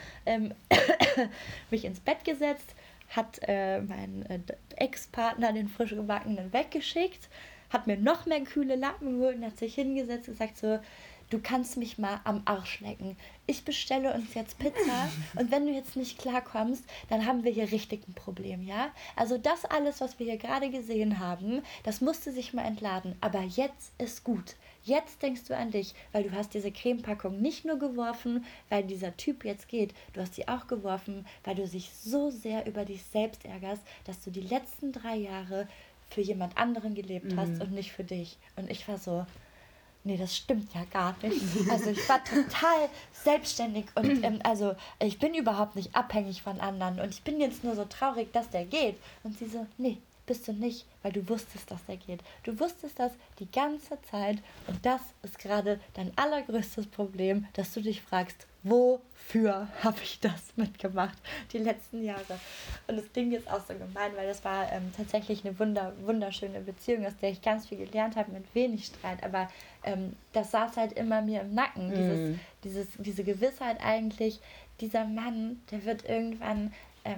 mich ins Bett gesetzt, hat meinen Ex-Partner, den frisch gebackenen, weggeschickt, hat mir noch mehr kühle Lappen geholt und hat sich hingesetzt und gesagt so, du kannst mich mal am Arsch lecken. Ich bestelle uns jetzt Pizza und wenn du jetzt nicht klarkommst, dann haben wir hier richtig ein Problem, ja? Also das alles, was wir hier gerade gesehen haben, das musste sich mal entladen. Aber jetzt ist gut. Jetzt denkst du an dich, weil du hast diese Cremepackung nicht nur geworfen, weil dieser Typ jetzt geht, du hast sie auch geworfen, weil du dich so sehr über dich selbst ärgerst, dass du die letzten 3 Jahre für jemand anderen gelebt hast und nicht für dich. Und ich war so, nee, das stimmt ja gar nicht. Also ich war total selbstständig und also ich bin überhaupt nicht abhängig von anderen und ich bin jetzt nur so traurig, dass der geht. Und sie so, nee, bist du nicht, weil du wusstest, dass der geht. Du wusstest das die ganze Zeit und das ist gerade dein allergrößtes Problem, dass du dich fragst, wofür habe ich das mitgemacht die letzten Jahre? Und das klingt jetzt auch so gemein, weil das war tatsächlich eine wunderschöne Beziehung, aus der ich ganz viel gelernt habe, mit wenig Streit, aber das saß halt immer mir im Nacken, diese Gewissheit eigentlich, dieser Mann, der wird irgendwann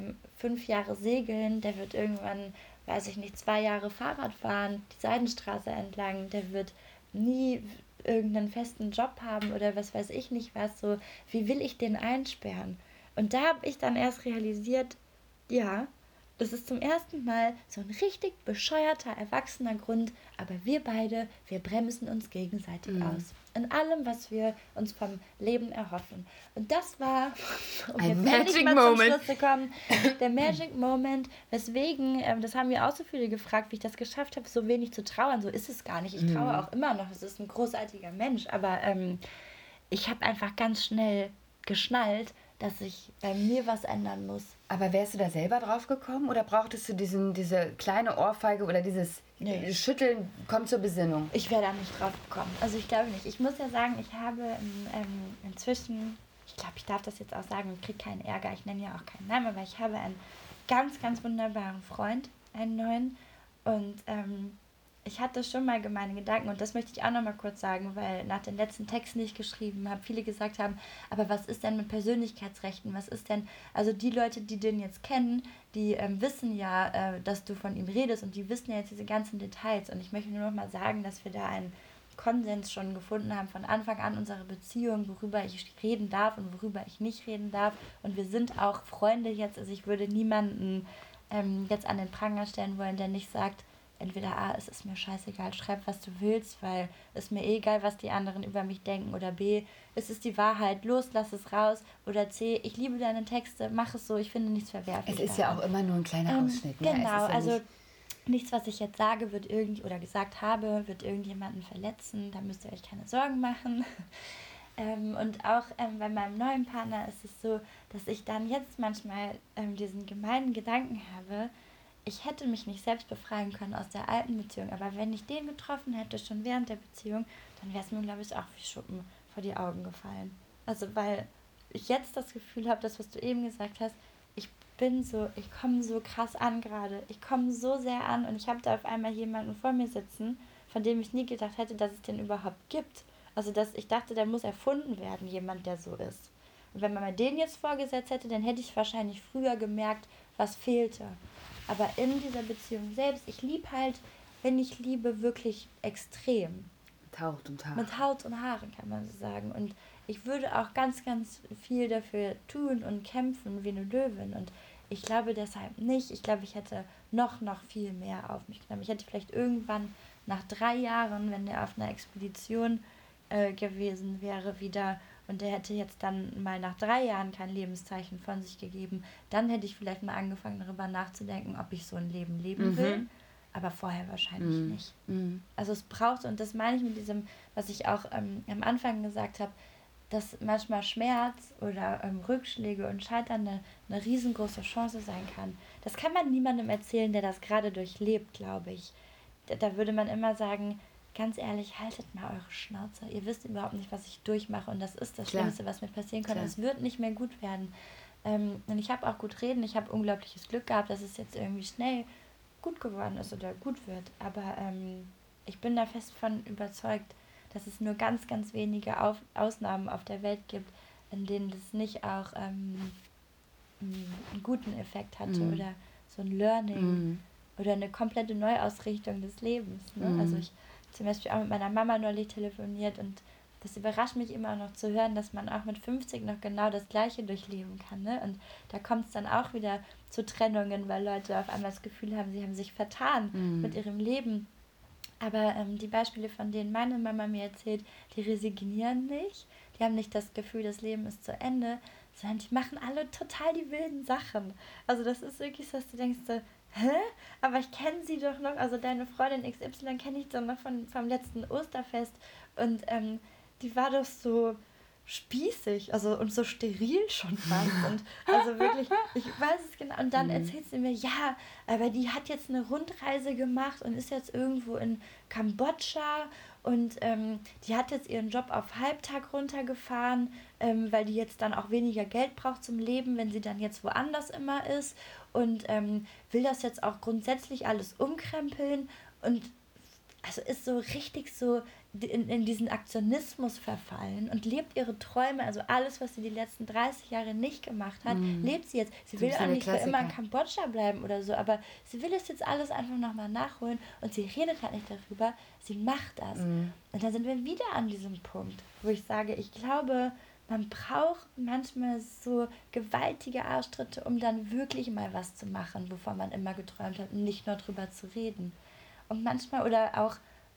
5 Jahre segeln, der wird irgendwann, weiß ich nicht, 2 Jahre Fahrrad fahren, die Seidenstraße entlang, der wird nie irgendeinen festen Job haben oder was weiß ich nicht was, so, wie will ich den einsperren? Und da habe ich dann erst realisiert, ja, das ist zum ersten Mal so ein richtig bescheuerter, erwachsener Grund, aber wir beide, wir bremsen uns gegenseitig aus. In allem, was wir uns vom Leben erhoffen. Und das war, um ein jetzt endlich Magic mal zum Moment. Schluss zu kommen, der Magic Moment, weswegen, das haben mir auch so viele gefragt, wie ich das geschafft habe, so wenig zu trauern. So ist es gar nicht. Ich traue auch immer noch. Es ist ein großartiger Mensch, aber ich habe einfach ganz schnell geschnallt, dass ich bei mir was ändern muss. Aber wärst du da selber drauf gekommen oder brauchtest du diese kleine Ohrfeige oder dieses Schütteln, komm zur Besinnung? Ich wäre da nicht drauf gekommen. Also ich glaube nicht. Ich muss ja sagen, ich habe inzwischen, ich glaube, ich darf das jetzt auch sagen, ich kriege keinen Ärger, ich nenne ja auch keinen Namen, aber ich habe einen ganz wunderbaren Freund, einen neuen. Und ich hatte schon mal gemeine Gedanken und das möchte ich auch noch mal kurz sagen, weil nach den letzten Texten, die ich geschrieben habe, viele gesagt haben, aber was ist denn mit Persönlichkeitsrechten? Was ist denn, also die Leute, die den jetzt kennen, die wissen ja, dass du von ihm redest und die wissen ja jetzt diese ganzen Details und ich möchte nur noch mal sagen, dass wir da einen Konsens schon gefunden haben von Anfang an unserer Beziehung, worüber ich reden darf und worüber ich nicht reden darf und wir sind auch Freunde jetzt, also ich würde niemanden jetzt an den Pranger stellen wollen, der nicht sagt, entweder A, es ist mir scheißegal, schreib, was du willst, weil es mir eh egal, was die anderen über mich denken, oder B, es ist die Wahrheit, los, lass es raus, oder C, ich liebe deine Texte, mach es so, ich finde nichts verwerflich. Es ist daran. Ja auch immer nur ein kleiner Ausschnitt. Ne? Genau, ja also nichts, was ich jetzt sage, oder gesagt habe, wird irgendjemanden verletzen, da müsst ihr euch keine Sorgen machen. Und auch bei meinem neuen Partner ist es so, dass ich dann jetzt manchmal diesen gemeinen Gedanken habe, ich hätte mich nicht selbst befreien können aus der alten Beziehung, aber wenn ich den getroffen hätte, schon während der Beziehung, dann wäre es mir, glaube ich, auch wie Schuppen vor die Augen gefallen. Also, weil ich jetzt das Gefühl habe, das, was du eben gesagt hast, ich komme so krass an gerade. Ich komme so sehr an und ich habe da auf einmal jemanden vor mir sitzen, von dem ich nie gedacht hätte, dass es den überhaupt gibt. Also, dass ich dachte, der muss erfunden werden, jemand, der so ist. Und wenn man mir den jetzt vorgesetzt hätte, dann hätte ich wahrscheinlich früher gemerkt, was fehlte. Aber in dieser Beziehung selbst, ich liebe halt, wenn ich liebe, wirklich extrem. Mit Haut und Haaren. Mit Haut und Haaren, kann man so sagen. Und ich würde auch ganz viel dafür tun und kämpfen wie eine Löwin. Und ich glaube deshalb nicht. Ich glaube, ich hätte noch viel mehr auf mich genommen. Ich hätte vielleicht irgendwann nach 3 Jahren, wenn der auf einer Expedition gewesen wäre wieder und der hätte jetzt dann mal nach 3 Jahren kein Lebenszeichen von sich gegeben, dann hätte ich vielleicht mal angefangen darüber nachzudenken, ob ich so ein Leben leben will. Aber vorher wahrscheinlich nicht. Also es braucht, und das meine ich mit diesem, was ich auch am Anfang gesagt habe, dass manchmal Schmerz oder Rückschläge und Scheitern eine riesengroße Chance sein kann. Das kann man niemandem erzählen, der das gerade durchlebt, glaube ich. Da würde man immer sagen, ganz ehrlich, haltet mal eure Schnauze. Ihr wisst überhaupt nicht, was ich durchmache und das ist das Schlimmste, was mir passieren kann. Es wird nicht mehr gut werden. Und ich habe auch gut reden. Ich habe unglaubliches Glück gehabt, dass es jetzt irgendwie schnell gut geworden ist oder gut wird. Aber ich bin da fest von überzeugt, dass es nur ganz, ganz wenige Ausnahmen auf der Welt gibt, in denen das nicht auch einen guten Effekt hatte oder so ein Learning oder eine komplette Neuausrichtung des Lebens. Ne? Also ich zum Beispiel auch mit meiner Mama neulich telefoniert und das überrascht mich immer noch zu hören, dass man auch mit 50 noch genau das Gleiche durchleben kann. Ne? Und da kommt es dann auch wieder zu Trennungen, weil Leute auf einmal das Gefühl haben, sie haben sich vertan mit ihrem Leben. Aber die Beispiele, von denen meine Mama mir erzählt, die resignieren nicht. Die haben nicht das Gefühl, das Leben ist zu Ende, sondern die machen alle total die wilden Sachen. Also das ist wirklich so, dass du denkst so, hä? Aber ich kenne sie doch noch, also deine Freundin XY kenne ich doch noch vom letzten Osterfest. Und die war doch so spießig, also und so steril schon fast. Und also wirklich, ich weiß es genau. Und dann erzählt sie mir, ja, aber die hat jetzt eine Rundreise gemacht und ist jetzt irgendwo in Kambodscha und die hat jetzt ihren Job auf Halbtag runtergefahren, weil die jetzt dann auch weniger Geld braucht zum Leben, wenn sie dann jetzt woanders immer ist und will das jetzt auch grundsätzlich alles umkrempeln und also ist so richtig so in diesen Aktionismus verfallen und lebt ihre Träume, also alles, was sie die letzten 30 Jahre nicht gemacht hat, lebt sie jetzt. Sie will auch nicht für immer in Kambodscha bleiben oder so, aber sie will es jetzt alles einfach nochmal nachholen und sie redet halt nicht darüber, sie macht das. Und da sind wir wieder an diesem Punkt, wo ich sage, ich glaube, man braucht manchmal so gewaltige Arschtritte, um dann wirklich mal was zu machen, wovon man immer geträumt hat und nicht nur drüber zu reden. Und manchmal, oder auch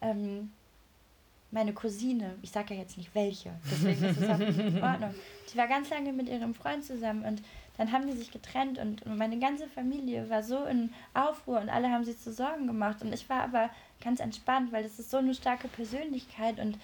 meine Cousine, ich sage ja jetzt nicht welche, deswegen ist es auch nicht in Ordnung, die war ganz lange mit ihrem Freund zusammen und dann haben die sich getrennt und meine ganze Familie war so in Aufruhr und alle haben sich zu Sorgen gemacht und ich war aber ganz entspannt, weil das ist so eine starke Persönlichkeit und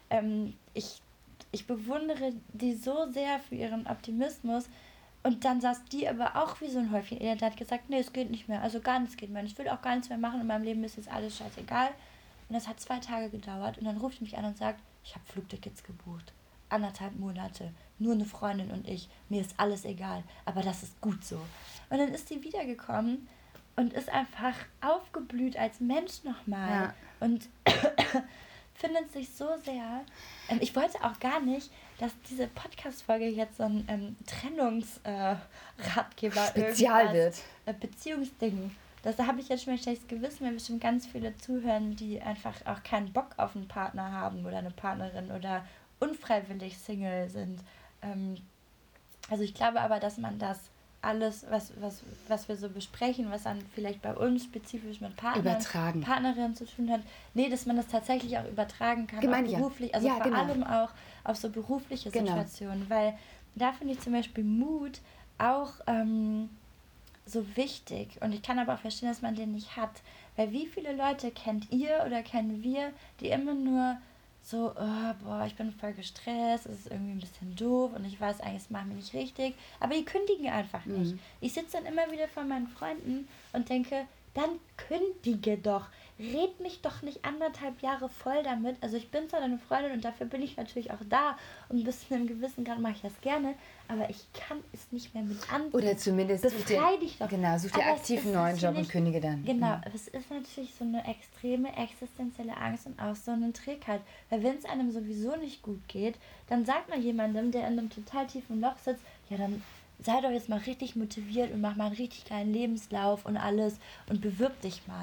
ich bewundere die so sehr für ihren Optimismus. Und dann saß die aber auch wie so ein Häufchen Elend und hat gesagt, nee, es geht nicht mehr, also gar nichts geht mehr. Ich will auch gar nichts mehr machen, in meinem Leben ist jetzt alles scheißegal. Und das hat 2 Tage gedauert und dann ruft die mich an und sagt, ich habe Flugtickets gebucht. 1,5 Monate, nur eine Freundin und ich, mir ist alles egal, aber das ist gut so. Und dann ist sie wiedergekommen und ist einfach aufgeblüht als Mensch nochmal. Ja. Und findet sich so sehr. Ich wollte auch gar nicht, dass diese Podcast-Folge jetzt so ein Trennungsratgeber Spezial wird. Beziehungsding. Da habe ich jetzt schon mal ein schlechtes Gewissen, wenn bestimmt ganz viele zuhören, die einfach auch keinen Bock auf einen Partner haben oder eine Partnerin oder unfreiwillig Single sind. Also ich glaube aber, dass man das alles, was wir so besprechen, was dann vielleicht bei uns spezifisch mit Partnerinnen zu tun hat, dass man das tatsächlich auch übertragen kann, auch beruflich, also vor allem auch auf so berufliche Situationen, weil da finde ich zum Beispiel Mut auch so wichtig und ich kann aber auch verstehen, dass man den nicht hat, weil wie viele Leute kennt ihr oder kennen wir, die immer nur so, ich bin voll gestresst, es ist irgendwie ein bisschen doof und ich weiß eigentlich, es macht mich nicht richtig, aber die kündigen einfach nicht. Ich sitze dann immer wieder vor meinen Freunden und denke, dann kündige doch. Red mich doch nicht 1,5 Jahre voll damit. Also ich bin zwar deine Freundin und dafür bin ich natürlich auch da und bis zu einem gewissen Grad mache ich das gerne, aber ich kann es nicht mehr mit ansehen. Oder zumindest befrei dich doch. Genau, such dir aktiv einen neuen Job und kündige dann. Genau, aber es ist natürlich so eine extreme existenzielle Angst und auch so eine Trägheit. Weil wenn es einem sowieso nicht gut geht, dann sagt man jemandem, der in einem total tiefen Loch sitzt, ja dann sei doch jetzt mal richtig motiviert und mach mal einen richtig geilen Lebenslauf und alles und bewirb dich mal.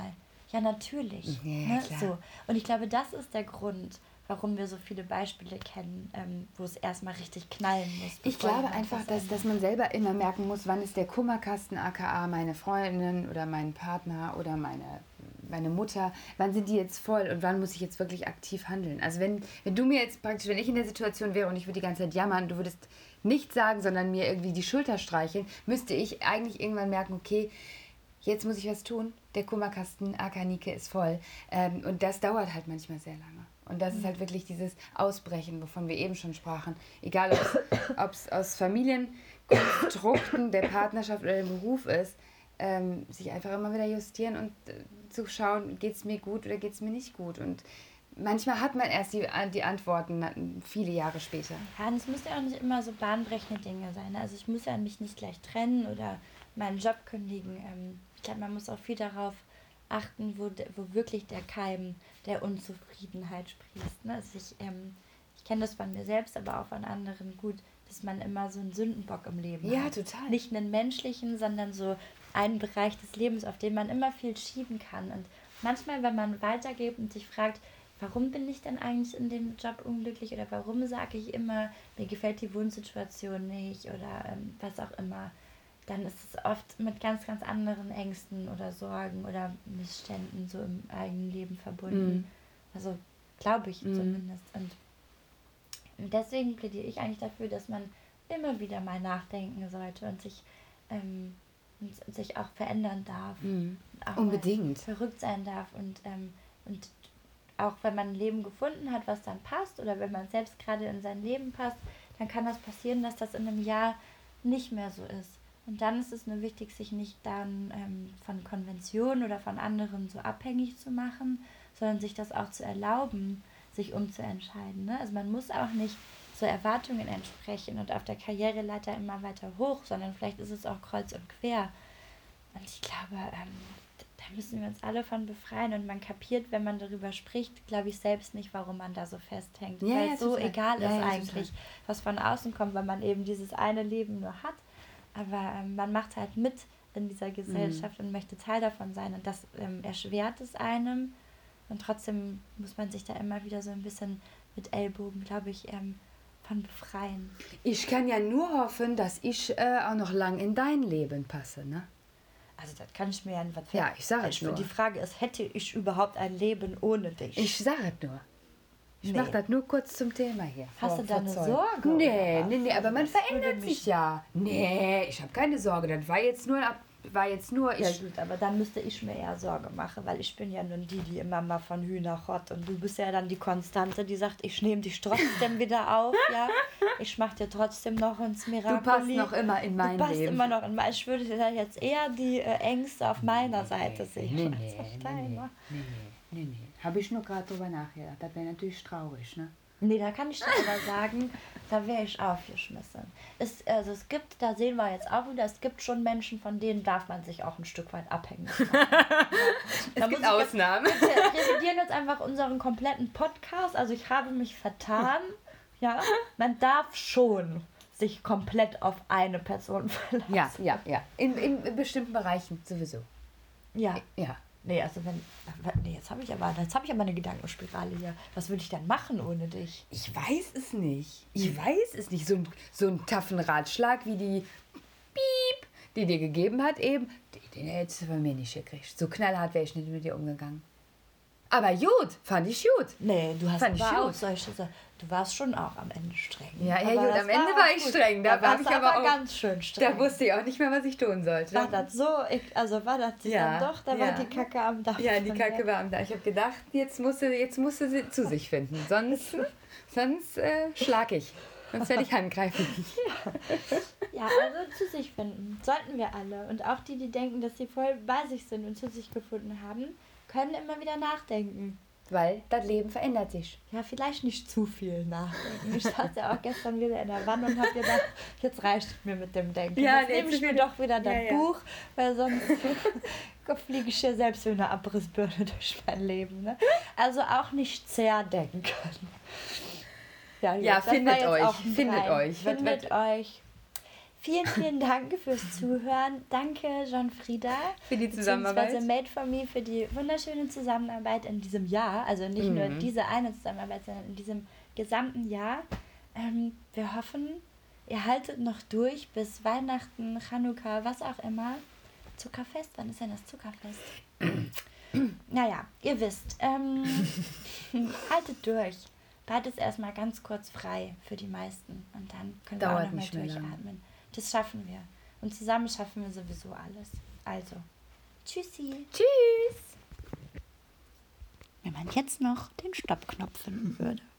ja, natürlich. Ja, Ne? klar. So. Und ich glaube, das ist der Grund, warum wir so viele Beispiele kennen, wo es erstmal richtig knallen muss. Ich bevor glaube jemand einfach, was dass man selber immer merken muss, wann ist der Kummerkasten, aka meine Freundin oder mein Partner oder meine Mutter, wann sind die jetzt voll und wann muss ich jetzt wirklich aktiv handeln? Also wenn du mir jetzt praktisch, wenn ich in der Situation wäre und ich würde die ganze Zeit jammern, du würdest nichts sagen, sondern mir irgendwie die Schulter streicheln, müsste ich eigentlich irgendwann merken, okay, jetzt muss ich was tun, der Kummerkasten, aka Nike, ist voll. Und das dauert halt manchmal sehr lange. Und das ist halt wirklich dieses Ausbrechen, wovon wir eben schon sprachen. Egal, ob es aus Familienkonstrukten, der Partnerschaft oder dem Beruf ist, sich einfach immer wieder justieren und zu schauen, geht es mir gut oder geht es mir nicht gut. Und manchmal hat man erst die Antworten viele Jahre später. Ja, und es müssen ja auch nicht immer so bahnbrechende Dinge sein. Also ich muss ja mich nicht gleich trennen oder meinen Job kündigen. Ich glaube, man muss auch viel darauf achten, wo wirklich der Keim der Unzufriedenheit sprießt. Ne? Also ich kenne das von mir selbst, aber auch von anderen gut, dass man immer so einen Sündenbock im Leben hat. Ja, total. Nicht einen menschlichen, sondern so einen Bereich des Lebens, auf den man immer viel schieben kann. Und manchmal, wenn man weitergeht und sich fragt, warum bin ich denn eigentlich in dem Job unglücklich oder warum sage ich immer, mir gefällt die Wohnsituation nicht oder was auch immer, dann ist es oft mit ganz, ganz anderen Ängsten oder Sorgen oder Missständen so im eigenen Leben verbunden. Also glaube ich zumindest. Und deswegen plädiere ich eigentlich dafür, dass man immer wieder mal nachdenken sollte und sich auch verändern darf. Auch Unbedingt. Verrückt sein darf und auch wenn man ein Leben gefunden hat, was dann passt oder wenn man selbst gerade in sein Leben passt, dann kann das passieren, dass das in einem Jahr nicht mehr so ist. Und dann ist es nur wichtig, sich nicht dann von Konventionen oder von anderen so abhängig zu machen, sondern sich das auch zu erlauben, sich umzuentscheiden. Ne? Also man muss auch nicht so Erwartungen entsprechen und auf der Karriereleiter immer weiter hoch, sondern vielleicht ist es auch kreuz und quer. Und ich glaube, da müssen wir uns alle von befreien und man kapiert, wenn man darüber spricht, glaube ich selbst nicht, warum man da so festhängt. Ja, weil ja, es so total. egal Ja, ist ja, eigentlich, total. was von außen kommt, weil man eben dieses eine Leben nur hat. Aber man macht halt mit in dieser Gesellschaft und möchte Teil davon sein. Und das erschwert es einem. Und trotzdem muss man sich da immer wieder so ein bisschen mit Ellbogen, glaube ich, von befreien. Ich kann ja nur hoffen, dass ich auch noch lang in dein Leben passe, ne? Also das kann ich mir ja nicht Ja, ich sage es nur. Die Frage ist, hätte ich überhaupt ein Leben ohne dich? Ich sage es nur. Ich mache das nur kurz zum Thema hier. Hast du da eine Zoll. Sorge? Nee, oder was? nee, aber man Das würde verändert mich- sich ja. Nee, ich habe keine Sorge. Das war jetzt nur Ja gut, aber dann müsste ich mir eher Sorge machen, weil ich bin ja nun die immer mal von Hühnerchott und du bist ja dann die Konstante, die sagt, ich nehme dich trotzdem wieder auf, ja. Ich mach dir trotzdem noch ins Miracoli. Du passt noch immer in mein Du passt Leben. immer noch in mein. Ich würde da jetzt eher die Ängste auf meiner Seite sehen. Nee. Habe ich nur gerade drüber nachgedacht. Das wäre natürlich traurig, ne? Nee, da kann ich dir aber sagen, da wäre ich aufgeschmissen. Es gibt, da sehen wir jetzt auch wieder, es gibt schon Menschen, von denen darf man sich auch ein Stück weit abhängig machen. Es gibt Ausnahmen. Wir revidieren jetzt einfach unseren kompletten Podcast. Also ich habe mich vertan. Ja, man darf schon sich komplett auf eine Person verlassen. Ja. In bestimmten Bereichen sowieso. Ja. Ja. Nee, also jetzt habe ich aber eine Gedankenspirale hier. Was würde ich denn machen ohne dich? Ich weiß es nicht. So einen taffen Ratschlag wie die Piep, die dir gegeben hat eben, den hättest du von mir nicht gekriegt. So knallhart wäre ich nicht mit dir umgegangen. Aber gut, fand ich gut. Nee, du hast Fand ich aber auch gut. solche Sachen. Du warst schon auch am Ende streng. Ja, Aber gut, das am Ende auch war ich gut. streng. Da Da war warst ich du aber auch ganz schön streng. Da wusste ich auch nicht mehr, was ich tun sollte. War das so? War das Ja, dann doch? Da ja. war die Kacke am Dach. Ja, die Kacke war am Dach. Ich habe gedacht, jetzt musst du sie zu sich finden. Sonst schlag ich. Sonst werde ich angreifen. Ja, also zu sich finden. Sollten wir alle. Und auch die, die denken, dass sie voll bei sich sind und zu sich gefunden haben, können immer wieder nachdenken. Weil das Leben verändert sich. Ja, vielleicht nicht zu viel nachdenken. Ich saß ja auch gestern wieder in der Wanne und habe gedacht, jetzt reicht es mir mit dem Denken. Ja, jetzt nee, nehme ich zu mir viel. doch wieder das Ja. Buch, weil sonst fliege ich ja selbst wie eine Abrissbirne durch mein Leben. Ne? Also auch nicht zerdenken. Ja, Ja, das war findet jetzt euch, auch ein findet Reim. euch. Findet euch. Vielen, vielen Dank fürs Zuhören. Danke, Jean-Frieda. Für die Zusammenarbeit. Made for Me, für die wunderschöne Zusammenarbeit in diesem Jahr. Also nicht nur diese eine Zusammenarbeit, sondern in diesem gesamten Jahr. Wir hoffen, ihr haltet noch durch bis Weihnachten, Chanukka, was auch immer. Zuckerfest? Wann ist denn das Zuckerfest? Naja, ihr wisst. Haltet durch. Bald ist erstmal ganz kurz frei für die meisten. Und dann können wir auch nochmal durchatmen. Das schaffen wir. Und zusammen schaffen wir sowieso alles. Also, tschüssi. Tschüss. Wenn man jetzt noch den Stoppknopf finden würde.